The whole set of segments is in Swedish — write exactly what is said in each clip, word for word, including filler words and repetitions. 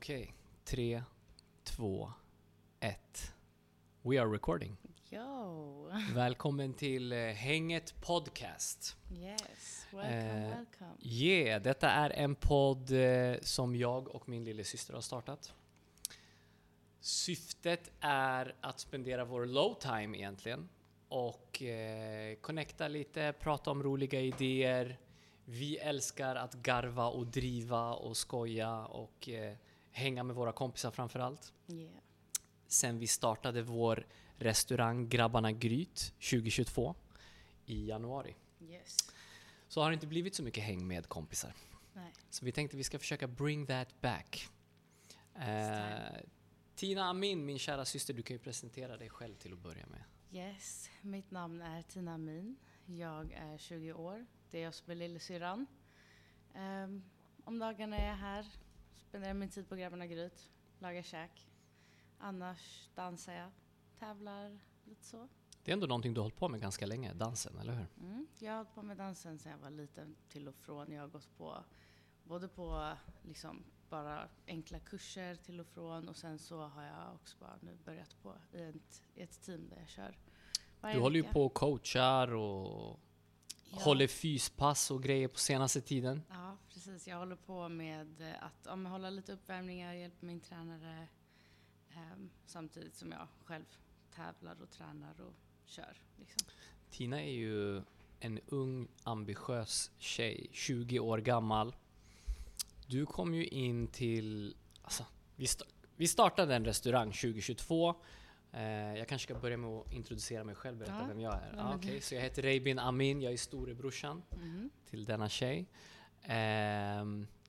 Okej, okay. tre, två, ett. We are recording. Yo. Välkommen till uh, Hänget Podcast. Yes, welcome, uh, welcome. Yeah, detta är en podd uh, som jag och min lilla syster har startat. Syftet är att spendera vår low time egentligen. Och uh, connecta lite, prata om roliga idéer. Vi älskar att garva och driva och skoja och uh, hänga med våra kompisar framförallt. Yeah. Sen vi startade vår restaurang Grabbarna Gryt tjugohundratjugotvå i januari. Yes. Så har det inte blivit så mycket häng med kompisar. Nej. Så vi tänkte vi ska försöka bring that back. Eh, Tina Amin, min kära syster, du kan ju presentera dig själv till att börja med. Yes, mitt namn är Tina Amin. Jag är tjugo år. Det är jag som är lillesyrran. Um, om dagarna är jag här. Spenderar min tid på Grabbarna Gryt. Lagar käk. Annars dansar jag. Tävlar. Lite så. Det är ändå någonting du har hållit på med ganska länge. Dansen, eller hur? Mm, jag har hållit på med dansen sedan jag var liten till och från. Jag har gått på både på liksom bara enkla kurser till och från. Och sen så har jag också bara nu börjat på i ett, i ett team där jag kör. Du håller ju på och coachar och ja. håller fyspass och grejer på senaste tiden. Ja, precis. Jag håller på med att ja, hålla lite uppvärmningar, hjälpa min tränare eh, samtidigt som jag själv tävlar och tränar och kör. Liksom. Tina är ju en ung, ambitiös tjej, tjugo år gammal. Du kom ju in till... Alltså, vi, st- vi startade en restaurang tjugohundratjugotvå. Eh, jag kanske ska börja med att introducera mig själv, berätta ja. vem jag är. Ah, okay. Så jag heter Reybin Amin, jag är storebrorsan mm. till denna tjej. Eh,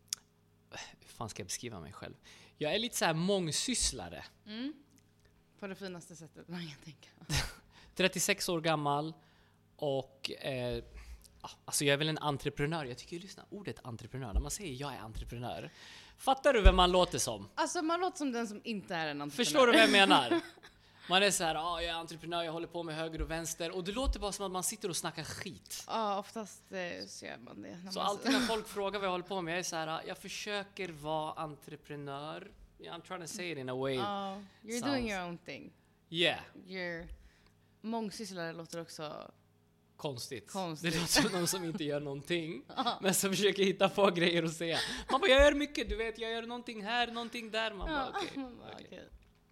hur fan ska jag beskriva mig själv? Jag är lite så här mångsysslare. Mm. På det finaste sättet man kan tänka. trettiosex år gammal och eh, alltså jag är väl en entreprenör. Jag tycker ju lyssna ordet entreprenör. När man säger jag är entreprenör. Fattar du vem man låter som? Alltså man låter som den som inte är en entreprenör. Förstår du vad jag menar? Man är så här, ah, jag är entreprenör, jag håller på med höger och vänster. Och det låter bara som att man sitter och snackar skit. Ja, oftast eh, så gör man det. Så alltid när folk frågar vad jag håller på med, jag är så här, jag försöker vara entreprenör. Yeah, I'm trying to say it in a way. Oh, you're sounds... doing your own thing. Yeah. You're... Mångsysslare låter också... Konstigt. Konstigt. Det låter som någon som inte gör någonting. Men som försöker hitta på grejer och säga. Man bara, jag gör mycket, du vet. Jag gör någonting här, någonting där. Man bara, okej. Okay, okay.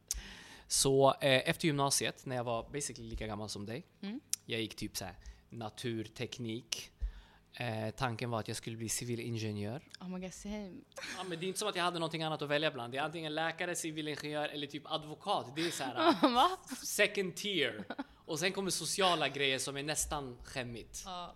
Så eh, efter gymnasiet, när jag var basically lika gammal som dig. Mm. Jag gick typ så här naturteknik. Eh, tanken var att jag skulle bli civilingenjör. Oh my god, same. Ja, men det är inte som att jag hade någonting annat att välja bland. Det är antingen läkare, civilingenjör eller typ advokat. Det är så här second tier. Och sen kommer sociala grejer som är nästan skämmigt. Ja.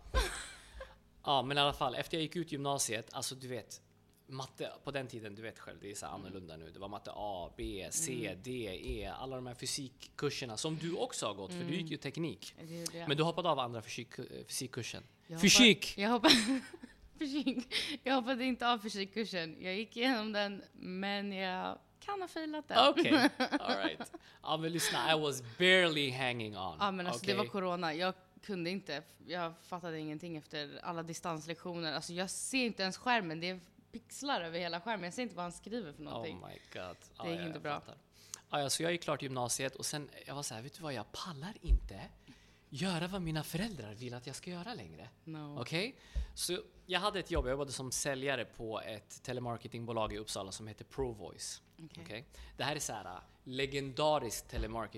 Ja, men i alla fall, efter jag gick ut gymnasiet, alltså du vet, matte på den tiden, du vet själv, det är så annorlunda nu. Det var matte A, B, C, mm. D, E, alla de här fysikkurserna som du också har gått, mm. för du gick ju teknik. Det det, ja. Men du hoppade av andra fysik, fysikkursen. Jag Fysik! Hoppade, jag, hoppade, fysik! Jag hoppade inte av fysikkursen. Jag gick igenom den, men jag kan ha filat den. Okej, okay. All right. Ja, men lyssna, I was barely hanging on. Ja, men alltså okay. det var corona. Jag kunde inte, jag fattade ingenting efter alla distanslektioner. Alltså jag ser inte ens skärmen, det är pixlar över hela skärmen. Jag ser inte vad han skriver för någonting. Oh my god. Det gick ah, inte bra. Ah, ja, så jag gick klart gymnasiet och sen jag var så här, vet du vad, jag pallar inte göra vad mina föräldrar vill att jag ska göra längre. No. Okej? Okay? Så jag hade ett jobb, jag jobbade som säljare på ett telemarketingbolag i Uppsala som heter ProVoice. Okay. Okay? Det här är så här legendariskt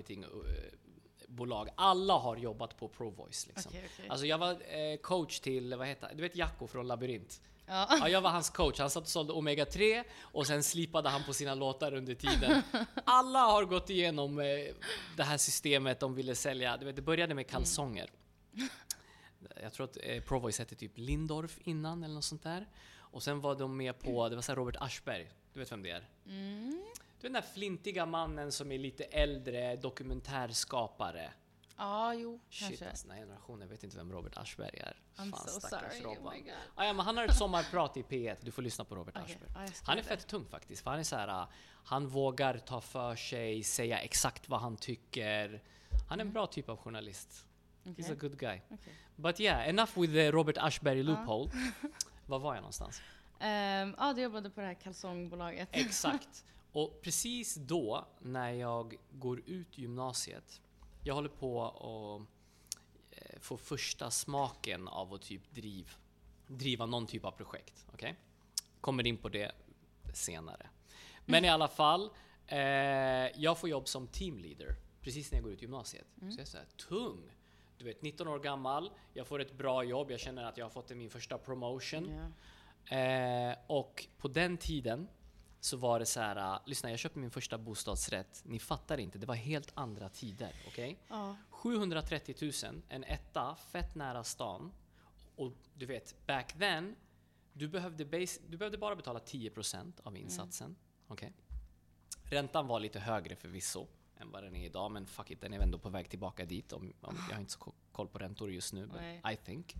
telemarketingbolag. Alla har jobbat på ProVoice liksom. Okay, okay. Alltså jag var eh, coach till, vad heter, du vet Jacko från Labyrint. Ja. Ja, jag var hans coach. Han satt och sålde Omega tre och sen slipade han på sina låtar under tiden. Alla har gått igenom eh, det här systemet de ville sälja. Du vet, det började med kalsonger. Mm. Jag tror att eh, ProVoice hette typ Lindorf innan eller något sånt där. Och sen var de med på, det var så här Robert Aschberg. Du vet vem det är? Mm. Du vet den där flintiga mannen som är lite äldre, dokumentärskapare. Ja, ah, jo, Shit, kanske. alltså, den här generationen vet inte vem Robert Aschberg är. I'm Fan, so sorry, oh my god. Ah, ja, men han har ett sommarprat i P ett. Du får lyssna på Robert okay. Aschberg. Ah, han är fett tung faktiskt. För han är så här, han vågar ta för sig, säga exakt vad han tycker. Han är en mm. bra typ av journalist. Okay. He's a good guy. Okay. But yeah, enough with the Robert Aschberg loophole. Ah. Var var jag någonstans? Um, ja, du jobbade på det här kalsongbolaget. Exakt. Och precis då, när jag går ut gymnasiet, jag håller på att eh, få första smaken av att typ driv, driva någon typ av projekt. Okay? Kommer in på det senare. Men i alla fall, eh, jag får jobb som teamleader precis när jag går ut gymnasiet. Mm. Så jag är så här, tung. Du vet, nitton år gammal, jag får ett bra jobb, jag känner att jag har fått min första promotion. Yeah. Eh, och på den tiden så var det så här, uh, lyssna, jag köpte min första bostadsrätt. Ni fattar inte, det var helt andra tider, okej? Okay? Uh. sjuhundratrettio tusen, en etta, fett nära stan. Och du vet, back then, du behövde, base, du behövde bara betala tio procent av insatsen. Mm. Okej? Okay? Räntan var lite högre förvisso än vad den är idag, men fuck it, den är ändå på väg tillbaka dit. Om, om jag har inte så koll på räntor just nu, but I think.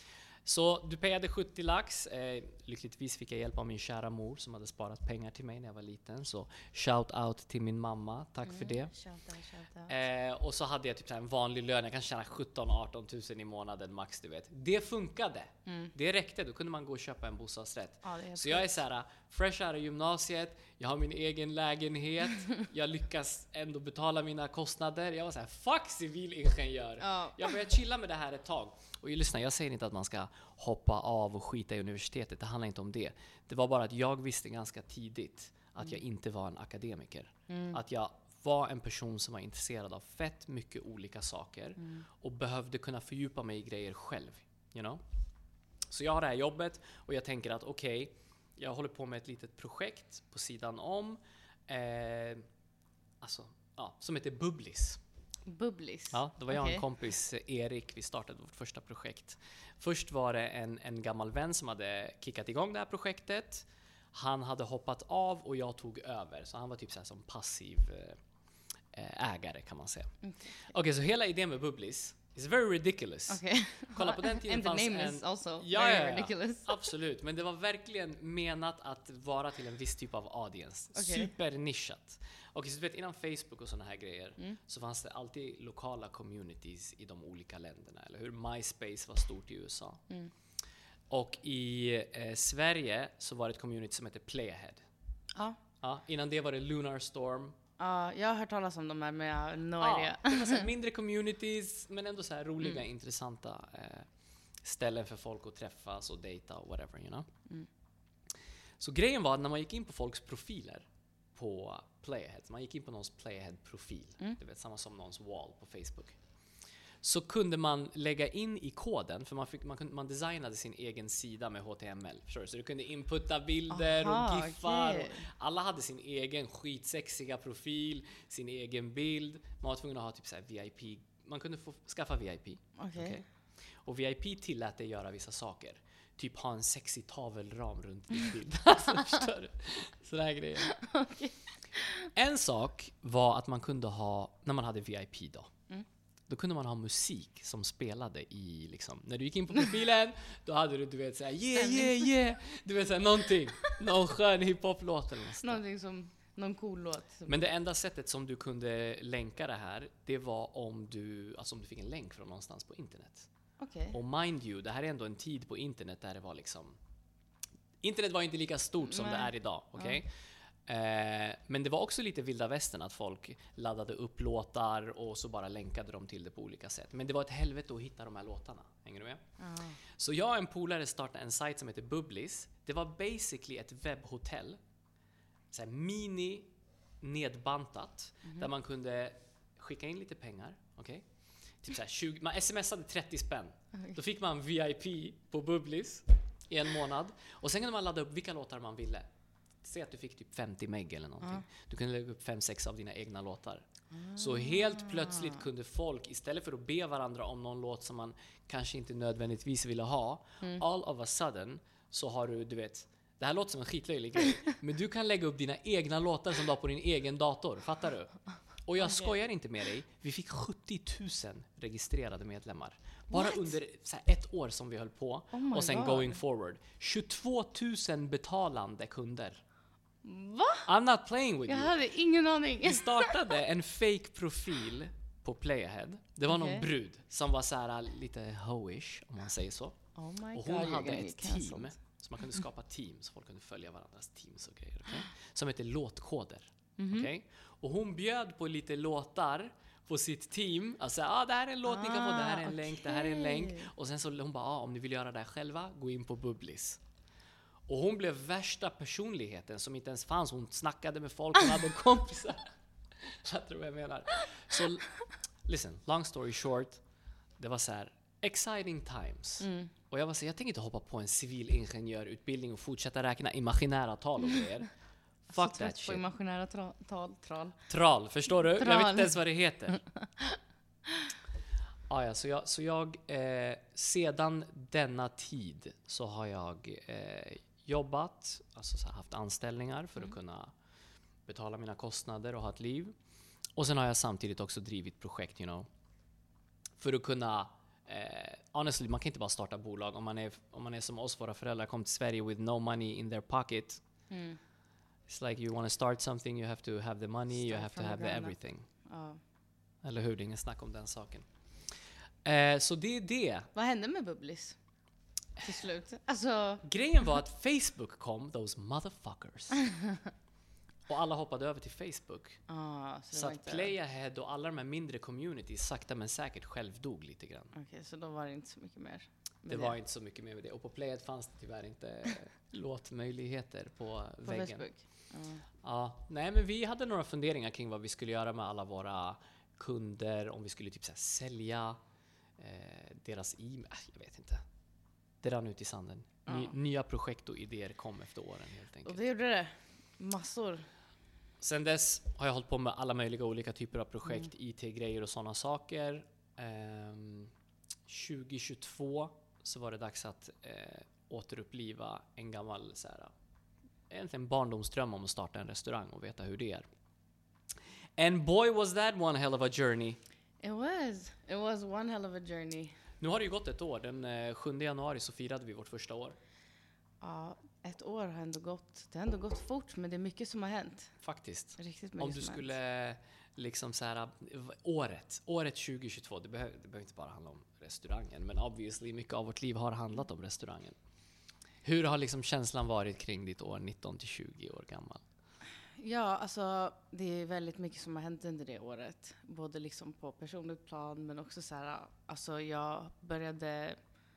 Så du payade sjuttio lax. Eh, lyckligtvis fick jag hjälp av min kära mor som hade sparat pengar till mig när jag var liten. Så shout out till min mamma. Tack mm, för det. Shout out, shout out. Eh, och så hade jag typ så här en vanlig lön. Jag kan tjäna sjutton arton tusen i månaden max, du vet. Det funkade. Mm. Det räckte. Då kunde man gå och köpa en bostadsrätt. Ja, så jag är så här fresh out av gymnasiet. Jag har min egen lägenhet. Jag lyckas ändå betala mina kostnader. Jag var så här, fuck civilingenjör. Ja. Jag började chilla med det här ett tag. Och lyssna, jag säger inte att man ska hoppa av och skita i universitetet. Det handlar inte om det. Det var bara att jag visste ganska tidigt att mm. jag inte var en akademiker. Mm. Att jag var en person som var intresserad av fett mycket olika saker. Mm. Och behövde kunna fördjupa mig i grejer själv. You know? Så jag har det här jobbet och jag tänker att okej, okay, jag håller på med ett litet projekt på sidan om. Eh, alltså, ja, som heter Bubblis. Bubblis? Ja, då var jag och okay. en kompis, Erik, vi startade vårt första projekt. Först var det en, en gammal vän som hade kickat igång det här projektet. Han hade hoppat av och jag tog över. Så han var typ så här som passiv eh, ägare kan man säga. Okej, okay. okay, så hela idén med Bubblis is very ridiculous. Okay. Kolla på den tiden. And fanns the name en, is also ja, very ja, ja, ridiculous. Absolut, men det var verkligen menat att vara till en viss typ av audience. Okay. Supernischat. Och så du vet, innan Facebook och såna här grejer mm. så fanns det alltid lokala communities i de olika länderna. Eller hur? MySpace var stort i U S A. Mm. Och i eh, Sverige så var det ett community som hette Playahead. Ja. Ja. Innan det var det Lunarstorm. Ja, jag har hört talas om de här, men jag har no ja, idea. Det var så här mindre communities, men ändå så här roliga, mm. intressanta eh, ställen för folk att träffas och data och whatever, you know. Mm. Så grejen var att när man gick in på folks profiler på Playahead, man gick in på någons Playahead-profil, mm. du vet, samma som någons wall på Facebook, så kunde man lägga in i koden, för man, fick, man, kunde, man designade sin egen sida med H T M L, förstår du? Så du kunde inputta bilder Aha, och giffar. Okay. Och alla hade sin egen skitsexiga profil, sin egen bild. Man var tvungen att ha typ så här V I P. Man kunde få skaffa V I P. Okay. Okay. Och V I P tillät dig göra vissa saker. Typ ha en sexig tavelram runt din bild. Alltså, förstår du? Sådana här grejer. Okay. En sak var att man kunde ha, när man hade V I P då, mm. då kunde man ha musik som spelade i liksom, när du gick in på profilen, då hade du, du vet såhär, yeah, yeah, yeah, du vet såhär, någonting, någon skön hiphop-låt eller något. Någonting som, någon cool låt. Men det enda sättet som du kunde länka det här, det var om du, alltså om du fick en länk från någonstans på internet. Okay. Och mind you, det här är ändå en tid på internet där det var liksom, internet var inte lika stort som Nej. det är idag, okej? Okay? Ja. Eh, men det var också lite vilda västern att folk laddade upp låtar och så bara länkade de till det på olika sätt. Men det var ett helvete att hitta de här låtarna. Hänger du med? Mm. Så jag och en polare startade en sajt som heter Bubblis. Det var basically ett webbhotell. Så här mini nedbantat. Mm. Där man kunde skicka in lite pengar. Okay? Typ så här tjugo, man smsade trettio spänn. Okay. Då fick man V I P på Bubblis i en månad. Och sen kunde man ladda upp vilka låtar man ville. Se att du fick typ femtio meg eller någonting. Mm. Du kunde lägga upp fem sex av dina egna låtar. Mm. Så helt plötsligt kunde folk, istället för att be varandra om någon låt som man kanske inte nödvändigtvis ville ha, mm. all of a sudden så har du, du vet, det här låter som en skitlöjlig grej, men du kan lägga upp dina egna låtar som du har på din egen dator, fattar du? Och jag okay. skojar inte med dig, vi fick sjuttio tusen registrerade medlemmar. Bara What? under så här, ett år som vi höll på. Oh och sen God. going forward. tjugotvå tusen betalande kunder. Va? I'm not playing with jag you. Jag hade ingen aning. Vi startade en fake profil på Playahead. Det var okay. någon brud som var så här lite hoish, om man säger så. Oh my och hon God, hade ett team Så man kunde skapa teams, folk kunde följa varandras teams och grejer. Okay? Som heter låtkoder. Mhm. Okay? Och hon bjöd på lite låtar på sitt team. Alltså, ah, det här är en låt ni kan få, det här är en Ah, länk, det här är en länk. okej. Och sen så hon bara, ah, om ni vill göra det här själva, gå in på Bubblis. Och hon blev värsta personligheten som inte ens fanns. Hon snackade med folk, hon hade kompisar. Jag tror vad jag menar. Så, listen, long story short. Det var så här, exciting times. Mm. Och jag var så här, jag tänker inte hoppa på en civilingenjörutbildning och fortsätta räkna imaginära tal och grejer. Fuck Så that trött på shit. imaginära tra- tal, tral. Tral, förstår du? Jag vet Tral. inte ens vad det heter. Ah, ja, så jag, så jag eh, sedan denna tid så har jag eh, jobbat, alltså så här, haft anställningar för att kunna betala mina kostnader och ha ett liv. Och sen har jag samtidigt också drivit projekt, you know. För att kunna, eh, honestly, man kan inte bara starta bolag. Om man är, om man är som oss, våra föräldrar kom till Sverige with no money in their pocket. Mm. It's like you want to start something, you have to have the money, you Start have to from the have the ground up. everything. Ja. Eller hur? Det är ingen snack om den saken. Eh, så det är det. Vad hände med Bubblis? Till slut. Alltså, Grejen var att Facebook kom, those motherfuckers. Och alla hoppade över till Facebook. ah, så det Så var att inte... Playahead och alla de här mindre communities sakta men säkert själv dog lite grann. Okej, så då var det inte så mycket mer. med Det var inte så mycket mer med det. Och på Playahead fanns det tyvärr inte låtmöjligheter på, på väggen. Facebook. Ja. Ja, nej men vi hade några funderingar kring vad vi skulle göra med alla våra kunder. Om vi skulle typ så här, sälja eh, deras e-mail. Äh, jag vet inte. Det rann ut i sanden. Ny, Ja. Nya projekt och idéer kom efter åren helt Och enkelt. det gjorde det. Massor. Sen dess har jag hållit på med alla möjliga olika typer av projekt, I T-grejer och sådana saker. Ehm, tjugo tjugotvå så var det dags att eh, återuppliva en gammal så här, egentligen barndomsdröm om att starta en restaurang och veta hur det är. And boy was that one hell of a journey. It was. It was one hell of a journey. Nu har det ju gått ett år. Den eh, sjunde januari så firade vi vårt första år. Ja, ett år har ändå gått. Det har ändå gått fort, men det är mycket som har hänt. Faktiskt. Riktigt mycket Om du som har hänt. skulle liksom så här, året, året tjugo tjugotvå, det behöver, det behöver inte bara handla om restaurangen, men obviously mycket av vårt liv har handlat om restaurangen. Hur har liksom känslan varit kring ditt år nitton till tjugo år gammal? Ja, alltså det är väldigt mycket som har hänt under det året. Både liksom på personligt plan, men också så här, alltså jag började,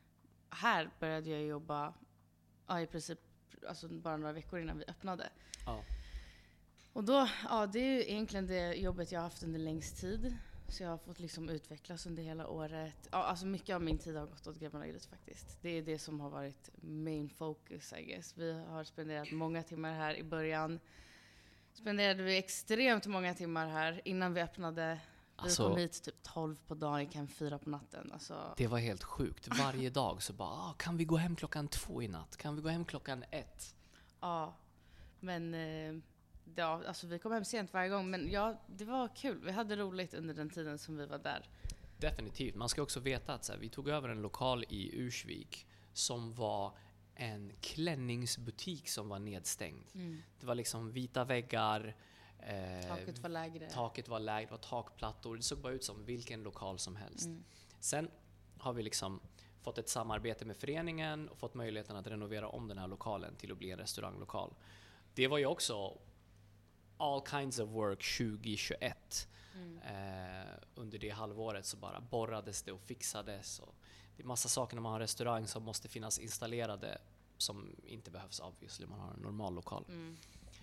här började jag jobba, ja, i princip alltså bara några veckor innan vi öppnade. Ja. Och då, ja, det är ju egentligen det jobbet jag har haft under längst tid. Så jag har fått liksom utvecklas under hela året. Ja, alltså mycket av min tid har gått åt Grabbarna Gryt faktiskt. Det är det som har varit main focus, I guess. Vi har spenderat många timmar här i början. Spenderade vi extremt många timmar här innan vi öppnade. Vi Alltså- kom hit typ tolv på dagen, gick hem fyra på natten. Alltså, Det var helt sjukt. Varje dag så bara, ah, kan vi gå hem klockan två i natt? Kan vi gå hem klockan ett? ja. Men eh, ja, alltså vi kom hem sent varje gång. Men ja, det var kul. Vi hade roligt under den tiden som vi var där. Definitivt. Man ska också veta att så här, vi tog över en lokal i Ursvik som var en klänningsbutik som var nedstängd. Det var liksom vita väggar. Eh, Taket var lägre. Taket var lägre, det var takplattor. Det såg bara ut som vilken lokal som helst. Mm. Sen har vi liksom fått ett samarbete med föreningen och fått möjligheten att renovera om den här lokalen till att bli en restauranglokal. Det var ju också all kinds of work tjugo tjugoett. Mm. Eh, under det halvåret så bara borrades det och fixades. Och det är massa saker när man har restaurang som måste finnas installerade som inte behövs obviously, man har en normal lokal. Mm.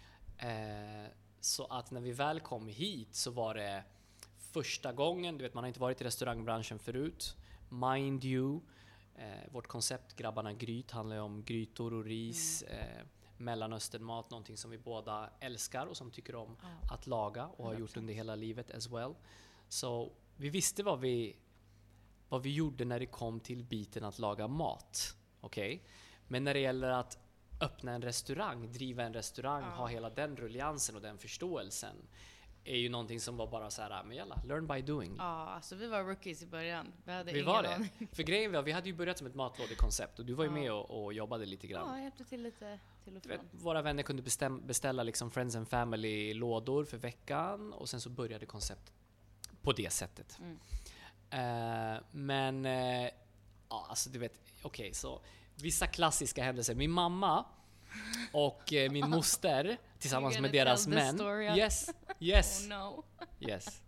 Eh, så att när vi väl kom hit så var det första gången, du vet man har inte varit i restaurangbranschen förut. Mind you, eh, vårt koncept Grabbarna Gryt handlar ju om grytor och ris, eh, Mellanösternmat, någonting som vi båda älskar och som tycker om Ja. att laga och har hundra gjort procent. under hela livet as well. Så vi visste vad vi, vad vi gjorde när det kom till biten att laga mat. Okej? Men när det gäller att öppna en restaurang, driva en restaurang, Ja. ha hela den rulliansen och den förståelsen är ju någonting som var bara så här, men jalla, learn by doing. Ja, alltså vi var rookies i början. Vi hade Vi ingen var det. aning. För grejen var, vi hade ju börjat som ett matlådekoncept och du var ju Ja. med och, och jobbade lite grann. Ja, jag hjälpte till lite till och Du vet, från. våra vänner kunde bestäm- beställa liksom Friends and Family-lådor för veckan och sen så började konceptet på det sättet. Mm. Eh, men, eh, ja, alltså du vet, okej, så vissa klassiska händelser. Min mamma och eh, min moster tillsammans You're med gonna deras tell this män. story? Yes, yes, Oh no. yes.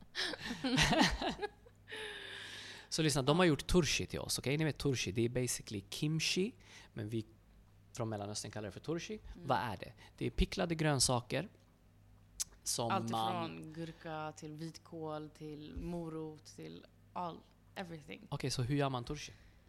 Så lyssna, de har gjort turshi till oss, okej? Okay? Ni vet turshi, det är basically kimchi, men vi från Mellanöstern kallar det för turshi. Mm. Vad är det? Det är picklade grönsaker som Allt man... ifrån gurka till vitkål till morot till all, everything. Okej, okay, så hur gör man turshi?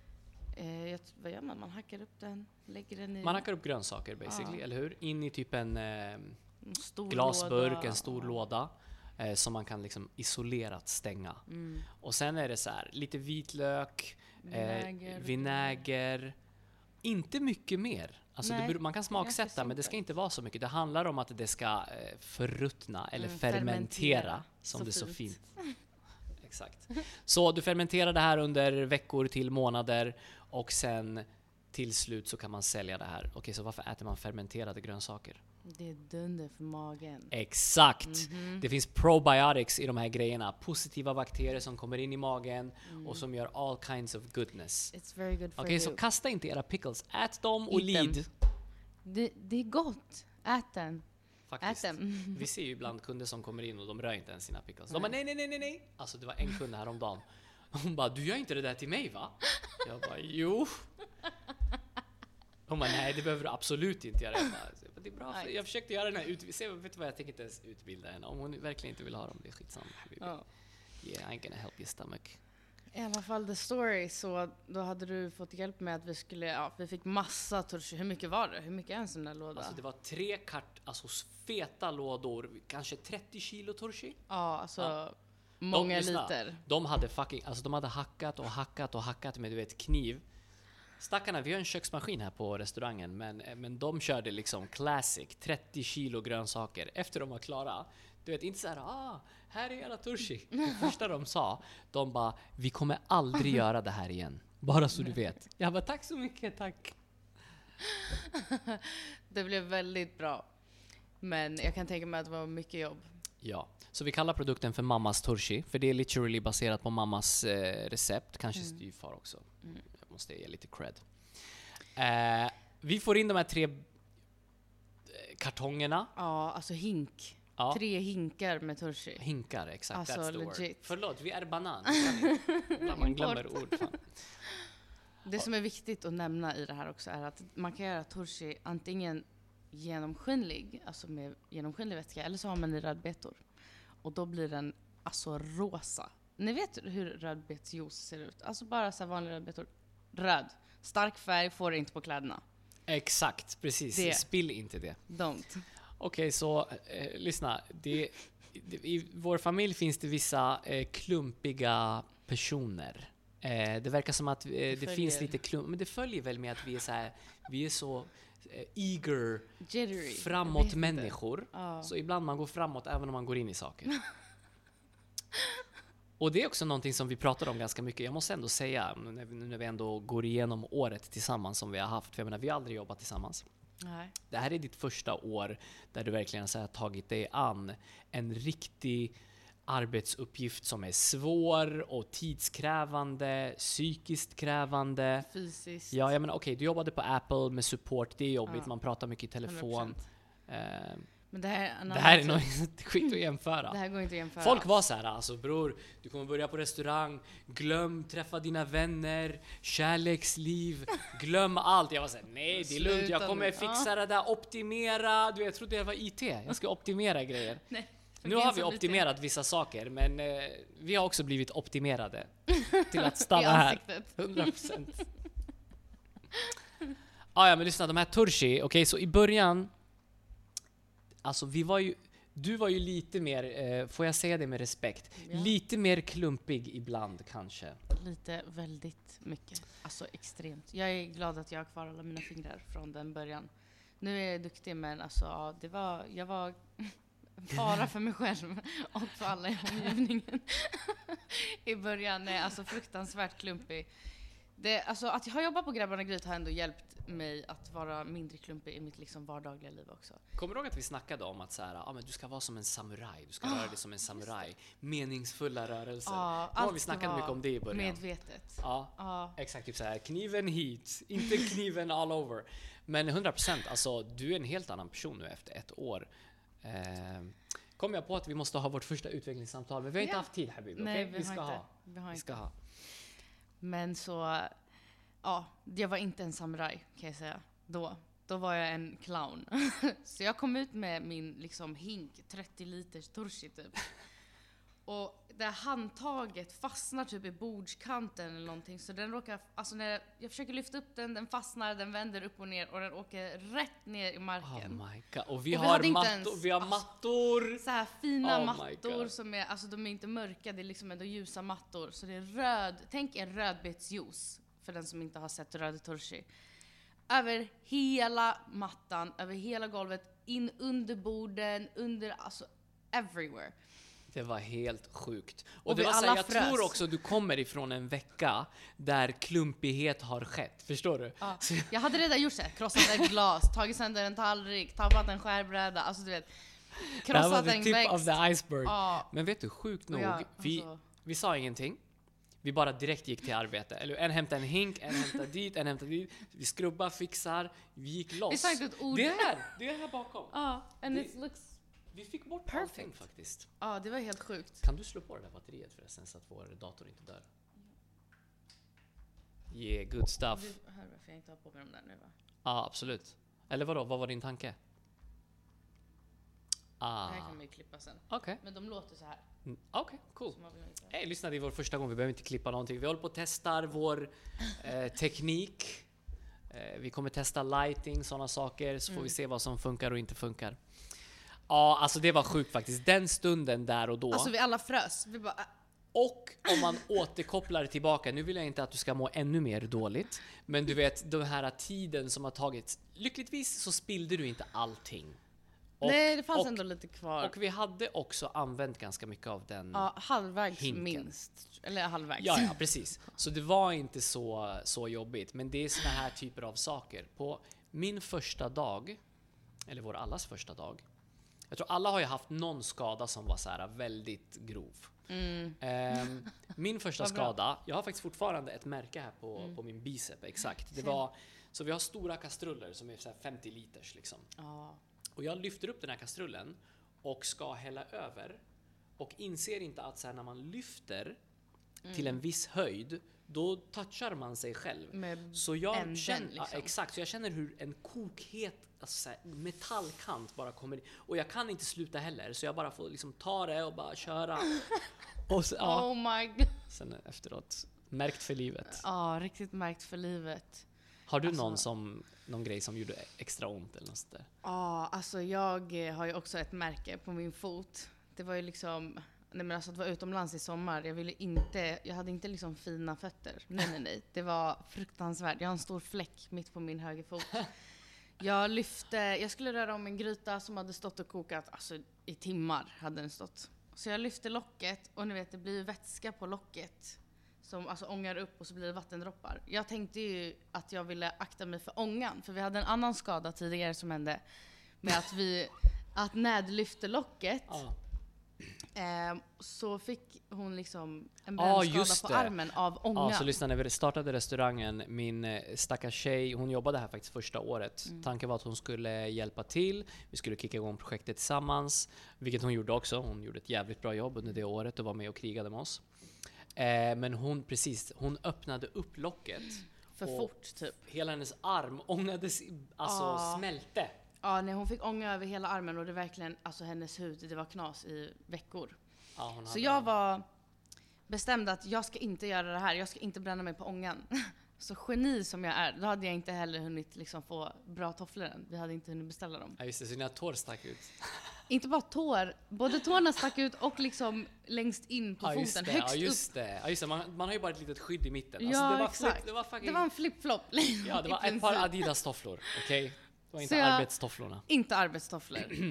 Eh, jag, vad gör man? Man hackar upp den, lägger den i Man hackar upp grönsaker basically, Ja. eller hur? In i typ en eh, en stor glasburk, låda. en stor Ja. låda eh, som man kan liksom isolerat stänga. Mm. Och sen är det så här, lite vitlök, Vinäger. eh, vinäger, inte mycket mer. Alltså det, Nej, beror- man kan smaksätta, ganska men det ska simpelt. inte vara så mycket. Det handlar om att det ska eh, förruttna eller Mm, fermentera, fermentera. som Så det är så fint. fint. Exakt. Så du fermenterar det här under veckor till månader och sen till slut så kan man sälja det här. Okej, så varför äter man fermenterade grönsaker? Det är dunder för magen. Exakt! Mhm. Det finns probiotics i de här grejerna. Positiva bakterier som kommer in i magen Mm. och som gör all kinds of goodness. It's very good for Okej, så you. kasta inte era pickles. Ät dem och Eat them. lid. Det, det är gott. Ät den. Ät Faktiskt. den. Vi ser ju ibland kunder som kommer in och de rör inte ens sina pickles. De bara Nej. nej, nej, nej, nej, nej. Alltså det var en kund häromdagen. Hon bara, du gör inte det där till mig va? Jag bara, jo. Hon bara, nej det behöver du absolut inte göra. Jag bara, det är bra, för jag försökte göra den här utbildningen. Vet du vad, jag tänker inte ens utbilda henne. Om hon verkligen inte vill ha dem, det är skitsamma. Ja. Yeah, I ain't gonna help your stomach. I alla fall the story, så då hade du fått hjälp med att vi skulle, ja, vi fick massa turshi. Hur mycket var det? Hur mycket är en sån där låda? Alltså det var tre kart, alltså feta lådor, kanske trettio kilo turshi. Ja, alltså Ja. många De- lyssna. liter. De hade fucking, alltså de hade hackat och hackat och hackat med du vet kniv. Stackarna, vi har en köksmaskin här på restaurangen, men, men de körde liksom classic, trettio kilo grönsaker. Efter de var klara, du vet inte så här, ah, här är era turshi. Det första de sa, de bara, vi kommer aldrig göra det här igen. Bara så du vet. Jag bara, tack så mycket, tack. Det blev väldigt bra. Men jag kan tänka mig att det var mycket jobb. Ja, så vi kallar produkten för mammas turshi, för det är literally baserat på mammas eh, recept, kanske Mm. styvfar också. Mm. Jag måste ge lite cred. Eh, vi får in de här tre eh, kartongerna. Ja, alltså hink. Ja. Tre hinkar med turshi. Hinkar, exakt. Alltså, That's the word. legit. Förlåt, vi är banan. När man glömmer ord. Fan. Det som är viktigt att nämna i det här också är att man kan göra turshi antingen genomskinlig, alltså med genomskinlig vätska, eller så har man i rödbetor. Och då blir den alltså rosa. Ni vet hur rödbetsjuice ser ut? Alltså bara så här vanliga rödbetor. Röd. Stark färg får det inte på kläderna. Exakt, precis. Det. Spill inte det. Don't. Okej, så eh, lyssna. Det, det, I vår familj finns det vissa eh, klumpiga personer. Eh, det verkar som att eh, det följer. finns lite klump, men det följer väl med att vi är så här, vi är så eh, eager, Jittery. framåt Jag vet inte. människor. Ja. Så ibland man går framåt även om man går in i saker. Och det är också någonting som vi pratar om ganska mycket. Jag måste ändå säga, nu när vi ändå går igenom året tillsammans som vi har haft, för jag menar, vi har aldrig jobbat tillsammans. Nej. Det här är ditt första år där du verkligen så här, tagit dig an en riktig arbetsuppgift som är svår och tidskrävande, psykiskt krävande. Fysiskt. Ja, jag menar okej, du jobbade på Apple med support, det är jobbigt, Ja. man pratar mycket i telefon. hundra procent. Eh, Men det här är en det här är annan nog typ. skit att jämföra. Det här går inte att jämföra. Folk var så här, alltså bror, du kommer börja på restaurang, glöm träffa dina vänner, kärleksliv, glöm allt. Jag var såhär, nej det är lugnt, jag Sluta kommer nu. fixa det där, optimera. Du vet, jag trodde det var I T, jag ska optimera grejer. Nej, Nu har vi optimerat vissa saker, men eh, vi har också blivit optimerade till att i stanna här. ansiktet. hundra procent. Ah, ja, men lyssna, de här turshi, okej, så i början, alltså vi var ju, du var ju lite mer, eh, får jag säga det med respekt, Ja. lite mer klumpig ibland kanske. Lite, väldigt mycket. Alltså extremt. Jag är glad att jag har kvar alla mina fingrar från den början. Nu är jag duktig, men alltså, ja, det var, jag var fara för mig själv och för alla i omgivningen. I början är jag alltså fruktansvärt klumpig. Det, alltså, att jag har jobbat på Grabbarna Gryt har ändå hjälpt mig att vara mindre klumpig i mitt liksom vardagliga liv också. Kommer du ihåg att vi snackade om att så här, ah, men du ska vara som en samuraj, du ska röra dig som en samuraj, meningsfulla rörelser. Ja, Då har vi snackat mycket om det i början. Medvetet. Ja, Ja. exakt, typ så här, kniven hit, inte kniven all over. Men hundra procent, alltså du är en helt annan person nu efter ett år. Eh, kom jag på att vi måste ha vårt första utvecklingssamtal, men vi har inte Ja. haft tid, Habibi. Nej, Okay? vi, Vi har ska inte. ha. Vi har Vi inte. ska ha. Men så, ja, jag var inte en samuraj kan jag säga. Då, då var jag en clown. Så jag kom ut med min liksom hink, trettio liters turshi typ. Och det här handtaget fastnar typ i bordskanten eller någonting. Så den råkar, alltså när jag, jag försöker lyfta upp den, den fastnar, den vänder upp och ner och den åker rätt ner i marken. Oh my god. Och vi Och vi har hade inte mattor, ens- vi har alltså, mattor. Så här fina Oh my mattor God. som är, alltså de är inte mörka, det är liksom ändå ljusa mattor. Så det är röd, tänk en rödbetsjuice för den som inte har sett röd turshi. Över hela mattan, över hela golvet, in under borden, under, alltså everywhere. Det var helt sjukt. Och, Och det vi var så här, alla jag frös. tror också du kommer ifrån en vecka där klumpighet har skett. Förstår du? Ja, jag hade redan gjort så här, krossat ett glas, tagit sönder en tallrik, tappat en skärbräda, alltså du vet. Det här var Krossat the en tip växt. of the iceberg. Ja, Men vet du, sjukt nog, och jag, vi, alltså, vi sa ingenting. Vi bara direkt gick till arbete. Eller en hämtade en hink, en hämtade dit, en hämtade dit. Vi skrubbar, fixar, vi gick loss. vi sa inte ett ord. Det är här, det är här bakom. Ja, and Det- it looks, Vi fick bort Perfect. allting faktiskt. ja det var helt sjukt. Kan du slå på det där batteriet förresten så att vår dator inte dör? Yeah, good stuff. Du hör varför jag inte har på mig de där nu va? Ja, absolut. Eller vadå, vad var din tanke? Ah, Det här kan man ju klippa sen. okej. Men de låter så här. Mm, Okej, cool. Så man vill inte. Hej, lyssna, det är vår första gång, vi behöver inte klippa någonting. Vi håller på att testa vår eh, teknik. Eh, vi kommer testa lighting, sådana saker, så får Mm. vi se vad som funkar och inte funkar. Ja, alltså det var sjukt faktiskt. Den stunden där och då. Alltså vi alla frös. Vi bara, äh, Och om man återkopplar tillbaka, nu vill jag inte att du ska må ännu mer dåligt, men du vet, den här tiden som har tagits, lyckligtvis så spillde du inte allting. Och, nej det fanns och, ändå lite kvar. och vi hade också använt ganska mycket av den. ja, halvvägs hinken. minst. Eller halvvägs. Ja, ja, precis. Så det var inte så, så jobbigt, men det är såna här typer av saker. På min första dag, eller vår allas första dag, jag tror alla har ju haft någon skada som var så här väldigt grov. Mm. Ehm, min första Vad bra. skada, jag har faktiskt fortfarande ett märke här på, Mm. på min bicep, exakt. Det Same. var, så vi har stora kastruller som är så här femtio liters liksom. Ja. Och jag lyfter upp den här kastrullen och ska hälla över och inser inte att så här, när man lyfter till en viss höjd, då touchar man sig själv. Med Så jag änden, känner, liksom. ja, exakt, så jag känner hur en kokhet, alltså så här, metallkant bara kommer in. Och jag kan inte sluta heller, så jag bara får liksom ta det och bara köra. Och så, ja, Oh my god. sen efteråt, märkt för livet. Ja, riktigt märkt för livet. Har du alltså- någon, som, någon grej som gjorde extra ont eller något sånt där? Ja, alltså jag eh, har ju också ett märke på min fot. Det var ju liksom, nej men alltså att vara utomlands i sommar, jag ville inte, jag hade inte liksom fina fötter. Nej nej nej, det var fruktansvärt. Jag har en stor fläck mitt på min högerfot. Jag lyfte, jag skulle röra om en gryta som hade stått och kokat, alltså i timmar hade den stått. Så jag lyfte locket och ni vet det blir ju vätska på locket som alltså ångar upp och så blir det vattendroppar. Jag tänkte ju att jag ville akta mig för ångan, för vi hade en annan skada tidigare som hände med att vi, att Nad lyfte locket, Ja. eh, så fick hon liksom en Ja, brännskada just på det. armen av ångan. Ja, så lyssna, när vi startade restaurangen, min eh, stackars tjej, hon jobbade här faktiskt första året. Mm. Tanken var att hon skulle hjälpa till, vi skulle kicka igång projektet tillsammans, vilket hon gjorde också. Hon gjorde ett jävligt bra jobb under det året och var med och krigade med oss. Eh, men hon, precis, hon öppnade upp locket. för och fort typ. Hela hennes arm ångades, i- alltså Ja. smälte. Ja, nej, hon fick ånga över hela armen och det verkligen, alltså hennes hud, det var knas i veckor. Ja, hon Så hade- jag var bestämd att jag ska inte göra det här, jag ska inte bränna mig på ångan. Så geni som jag är, då hade jag inte heller hunnit liksom få bra tofflor än. Vi hade inte hunnit beställa dem. Ja, just det, så dina tår stack ut. Inte bara tår, både tårna stack ut och liksom längst in på Ja, just foten, det, högst ja, just upp. det. Ja, just det. Man, man har ju bara ett litet skydd i mitten. Alltså, Ja, det var exakt. Flip, det var fucking... Det var en flip-flop. liksom, Ja, det i var ett princip. par Adidas-tofflor, okej? Det var inte Så jag- arbetstofflorna. Inte arbetstofflor.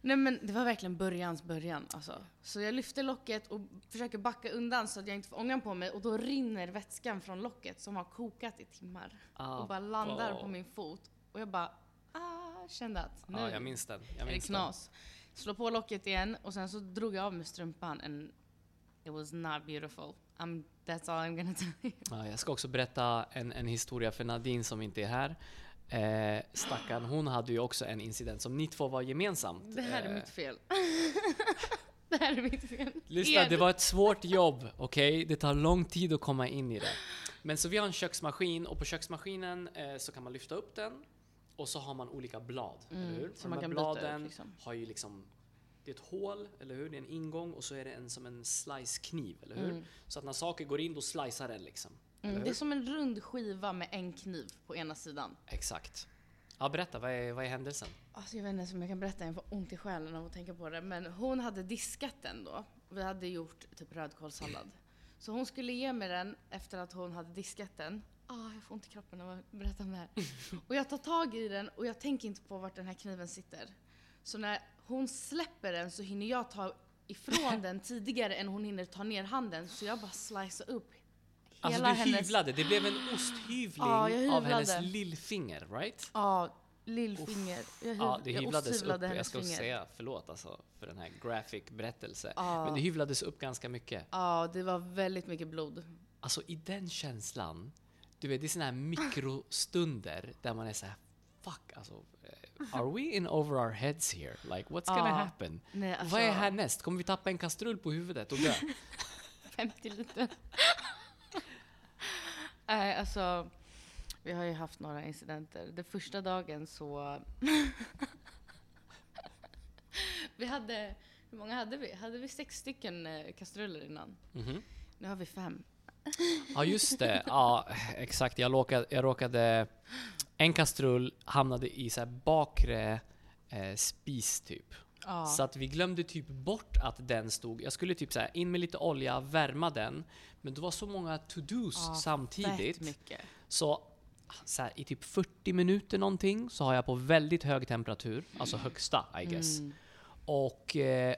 Nej men det var verkligen börjans början alltså. Så jag lyfter locket och försöker backa undan så att jag inte får ångan på mig. Och då rinner vätskan från locket som har kokat i timmar. Ah, och bara landar wow. på min fot. Och jag bara, ah, kände att nu Ja, jag minns den. Jag är det minns den. knas. Slå på locket igen och sen så drog jag av med strumpan. And it was not beautiful. Um, that's all I'm gonna tell you. Ja, jag ska också berätta en, en historia för Nadine som inte är här. Eh, stackarn, hon hade ju också en incident som ni två var gemensamt. Det här är Eh, mitt fel. Det här är mitt fel. Lyssna, Igen. det var ett svårt jobb, okej? Okay? Det tar lång tid att komma in i det. Men så vi har en köksmaskin och på köksmaskinen eh, så kan man lyfta upp den och så har man olika blad, Mm, eller hur? så Och man de här kan byta ut, bladen liksom. har ju liksom, det är ett hål, eller hur? Det är en ingång och så är det en som en slice-kniv, eller hur? Mm. Så att när saker går in, då slicear den liksom. eller Mm, hur? det är som en rund skiva med en kniv på ena sidan. Exakt. Ja, berätta, vad är, vad är händelsen? Alltså jag vet inte om jag kan berätta, jag får ont i själen av att tänka på det. Men hon hade diskat den då. Vi hade gjort typ rödkålssallad. Så hon skulle ge mig den efter att hon hade diskat den. Ah, jag får ont i kroppen av att berätta om det här. Och jag tar tag i den och jag tänker inte på vart den här kniven sitter. Så när hon släpper den så hinner jag ta ifrån den tidigare än hon hinner ta ner handen. Så jag bara slicear upp hela Alltså du hennes... hyvlade, det blev en osthyvling Ja, jag av hennes hyvlade. lillfinger, right? Ja, lillfinger. Jag, hyv... Ja, det jag hyvlades upp. osthyvlade Jag hennes ska finger. säga förlåt alltså för den här graphic berättelse. Ja. Men det hyvlades upp ganska mycket. Ja, det var väldigt mycket blod. Alltså i den känslan, du vet det är såna här mikrostunder där man är så här, fuck alltså, eh, are we in over our heads here? Like what's gonna Ja. happen? Nej, alltså, Vad är härnäst? Kommer vi tappa en kastrull på huvudet och dö? femtio liter. Nej, alltså vi har ju haft några incidenter. Den första dagen så vi hade, hur många hade vi? Hade vi sex stycken eh, kastruller innan? Mhm. Nu har vi fem. Ja just det, ja exakt. Jag råkade, jag råkade en kastrull hamnade i så här bakre eh, spis typ. Ja. Så att vi glömde typ bort att den stod. Jag skulle typ så här in med lite olja, värma den. Men det var så många to-dos Ja, samtidigt. Fett mycket. Så, så här, i typ fyrtio minuter någonting så har jag på väldigt hög temperatur. Alltså högsta, I guess. Mm. Och eh,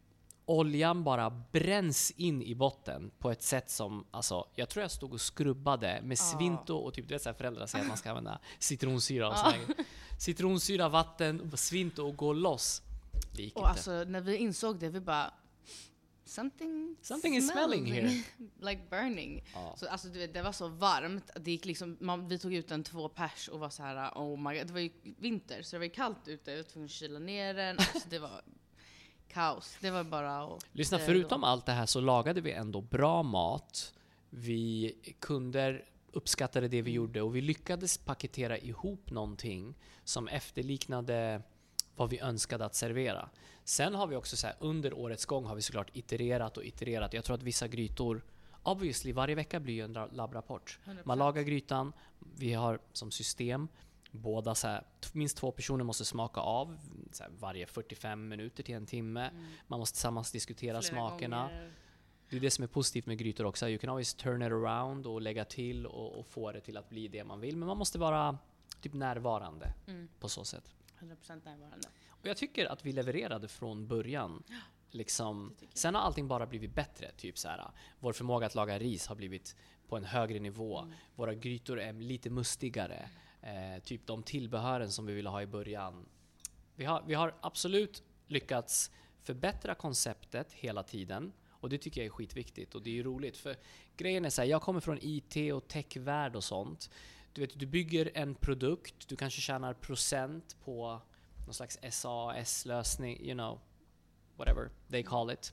oljan bara bränns in i botten på ett sätt som, alltså, jag tror jag stod och skrubbade med Ja. svinto och typ, du vet så här, föräldrar säger att man ska använda citronsyra och sådär. Citronsyra, vatten, svinto och gå loss. Det gick Och inte. alltså när vi insåg det, vi bara something, Something is smelling smells here. like burning. Ja. Så alltså du vet, det var så varmt. Det gick liksom, man, vi tog ut en två pers och var så här, oh my god. Det var ju vinter så det var ju kallt ute. Jag var tvungen att kyla ner den. Alltså det var kaos. Det var bara att... Lyssna, det- förutom allt det här så lagade vi ändå bra mat. Vi kunder uppskattade det vi Mm. gjorde och vi lyckades paketera ihop någonting som efterliknade vad vi önskade att servera. Sen har vi också så här, under årets gång har vi såklart itererat och itererat. Jag tror att vissa grytor, obviously varje vecka blir ju en ra- labbrapport. hundra procent. Man lagar grytan, vi har som system båda så här, t- minst två personer måste smaka av så här, varje fyrtiofem minuter till en timme. Mm. Man måste tillsammans diskutera Flera smakerna. gånger. Det är det som är positivt med grytor också. You can always turn it around och lägga till och, och få det till att bli det man vill. Men man måste vara typ närvarande Mm. på så sätt. hundra procent närvarande. Och jag tycker att vi levererade från början. Liksom, det tycker jag. sen har allting bara blivit bättre. Typ så här, vår förmåga att laga ris har blivit på en högre nivå. Mm. Våra grytor är lite mustigare. Eh, typ de tillbehören som vi ville ha i början. Vi har, vi har absolut lyckats förbättra konceptet hela tiden. Och det tycker jag är skitviktigt. Och det är ju roligt. För grejen är så här, jag kommer från I T och techvärld och sånt. Du vet, du bygger en produkt. Du kanske tjänar procent på någon slags S A S-lösning. You know, whatever they call it.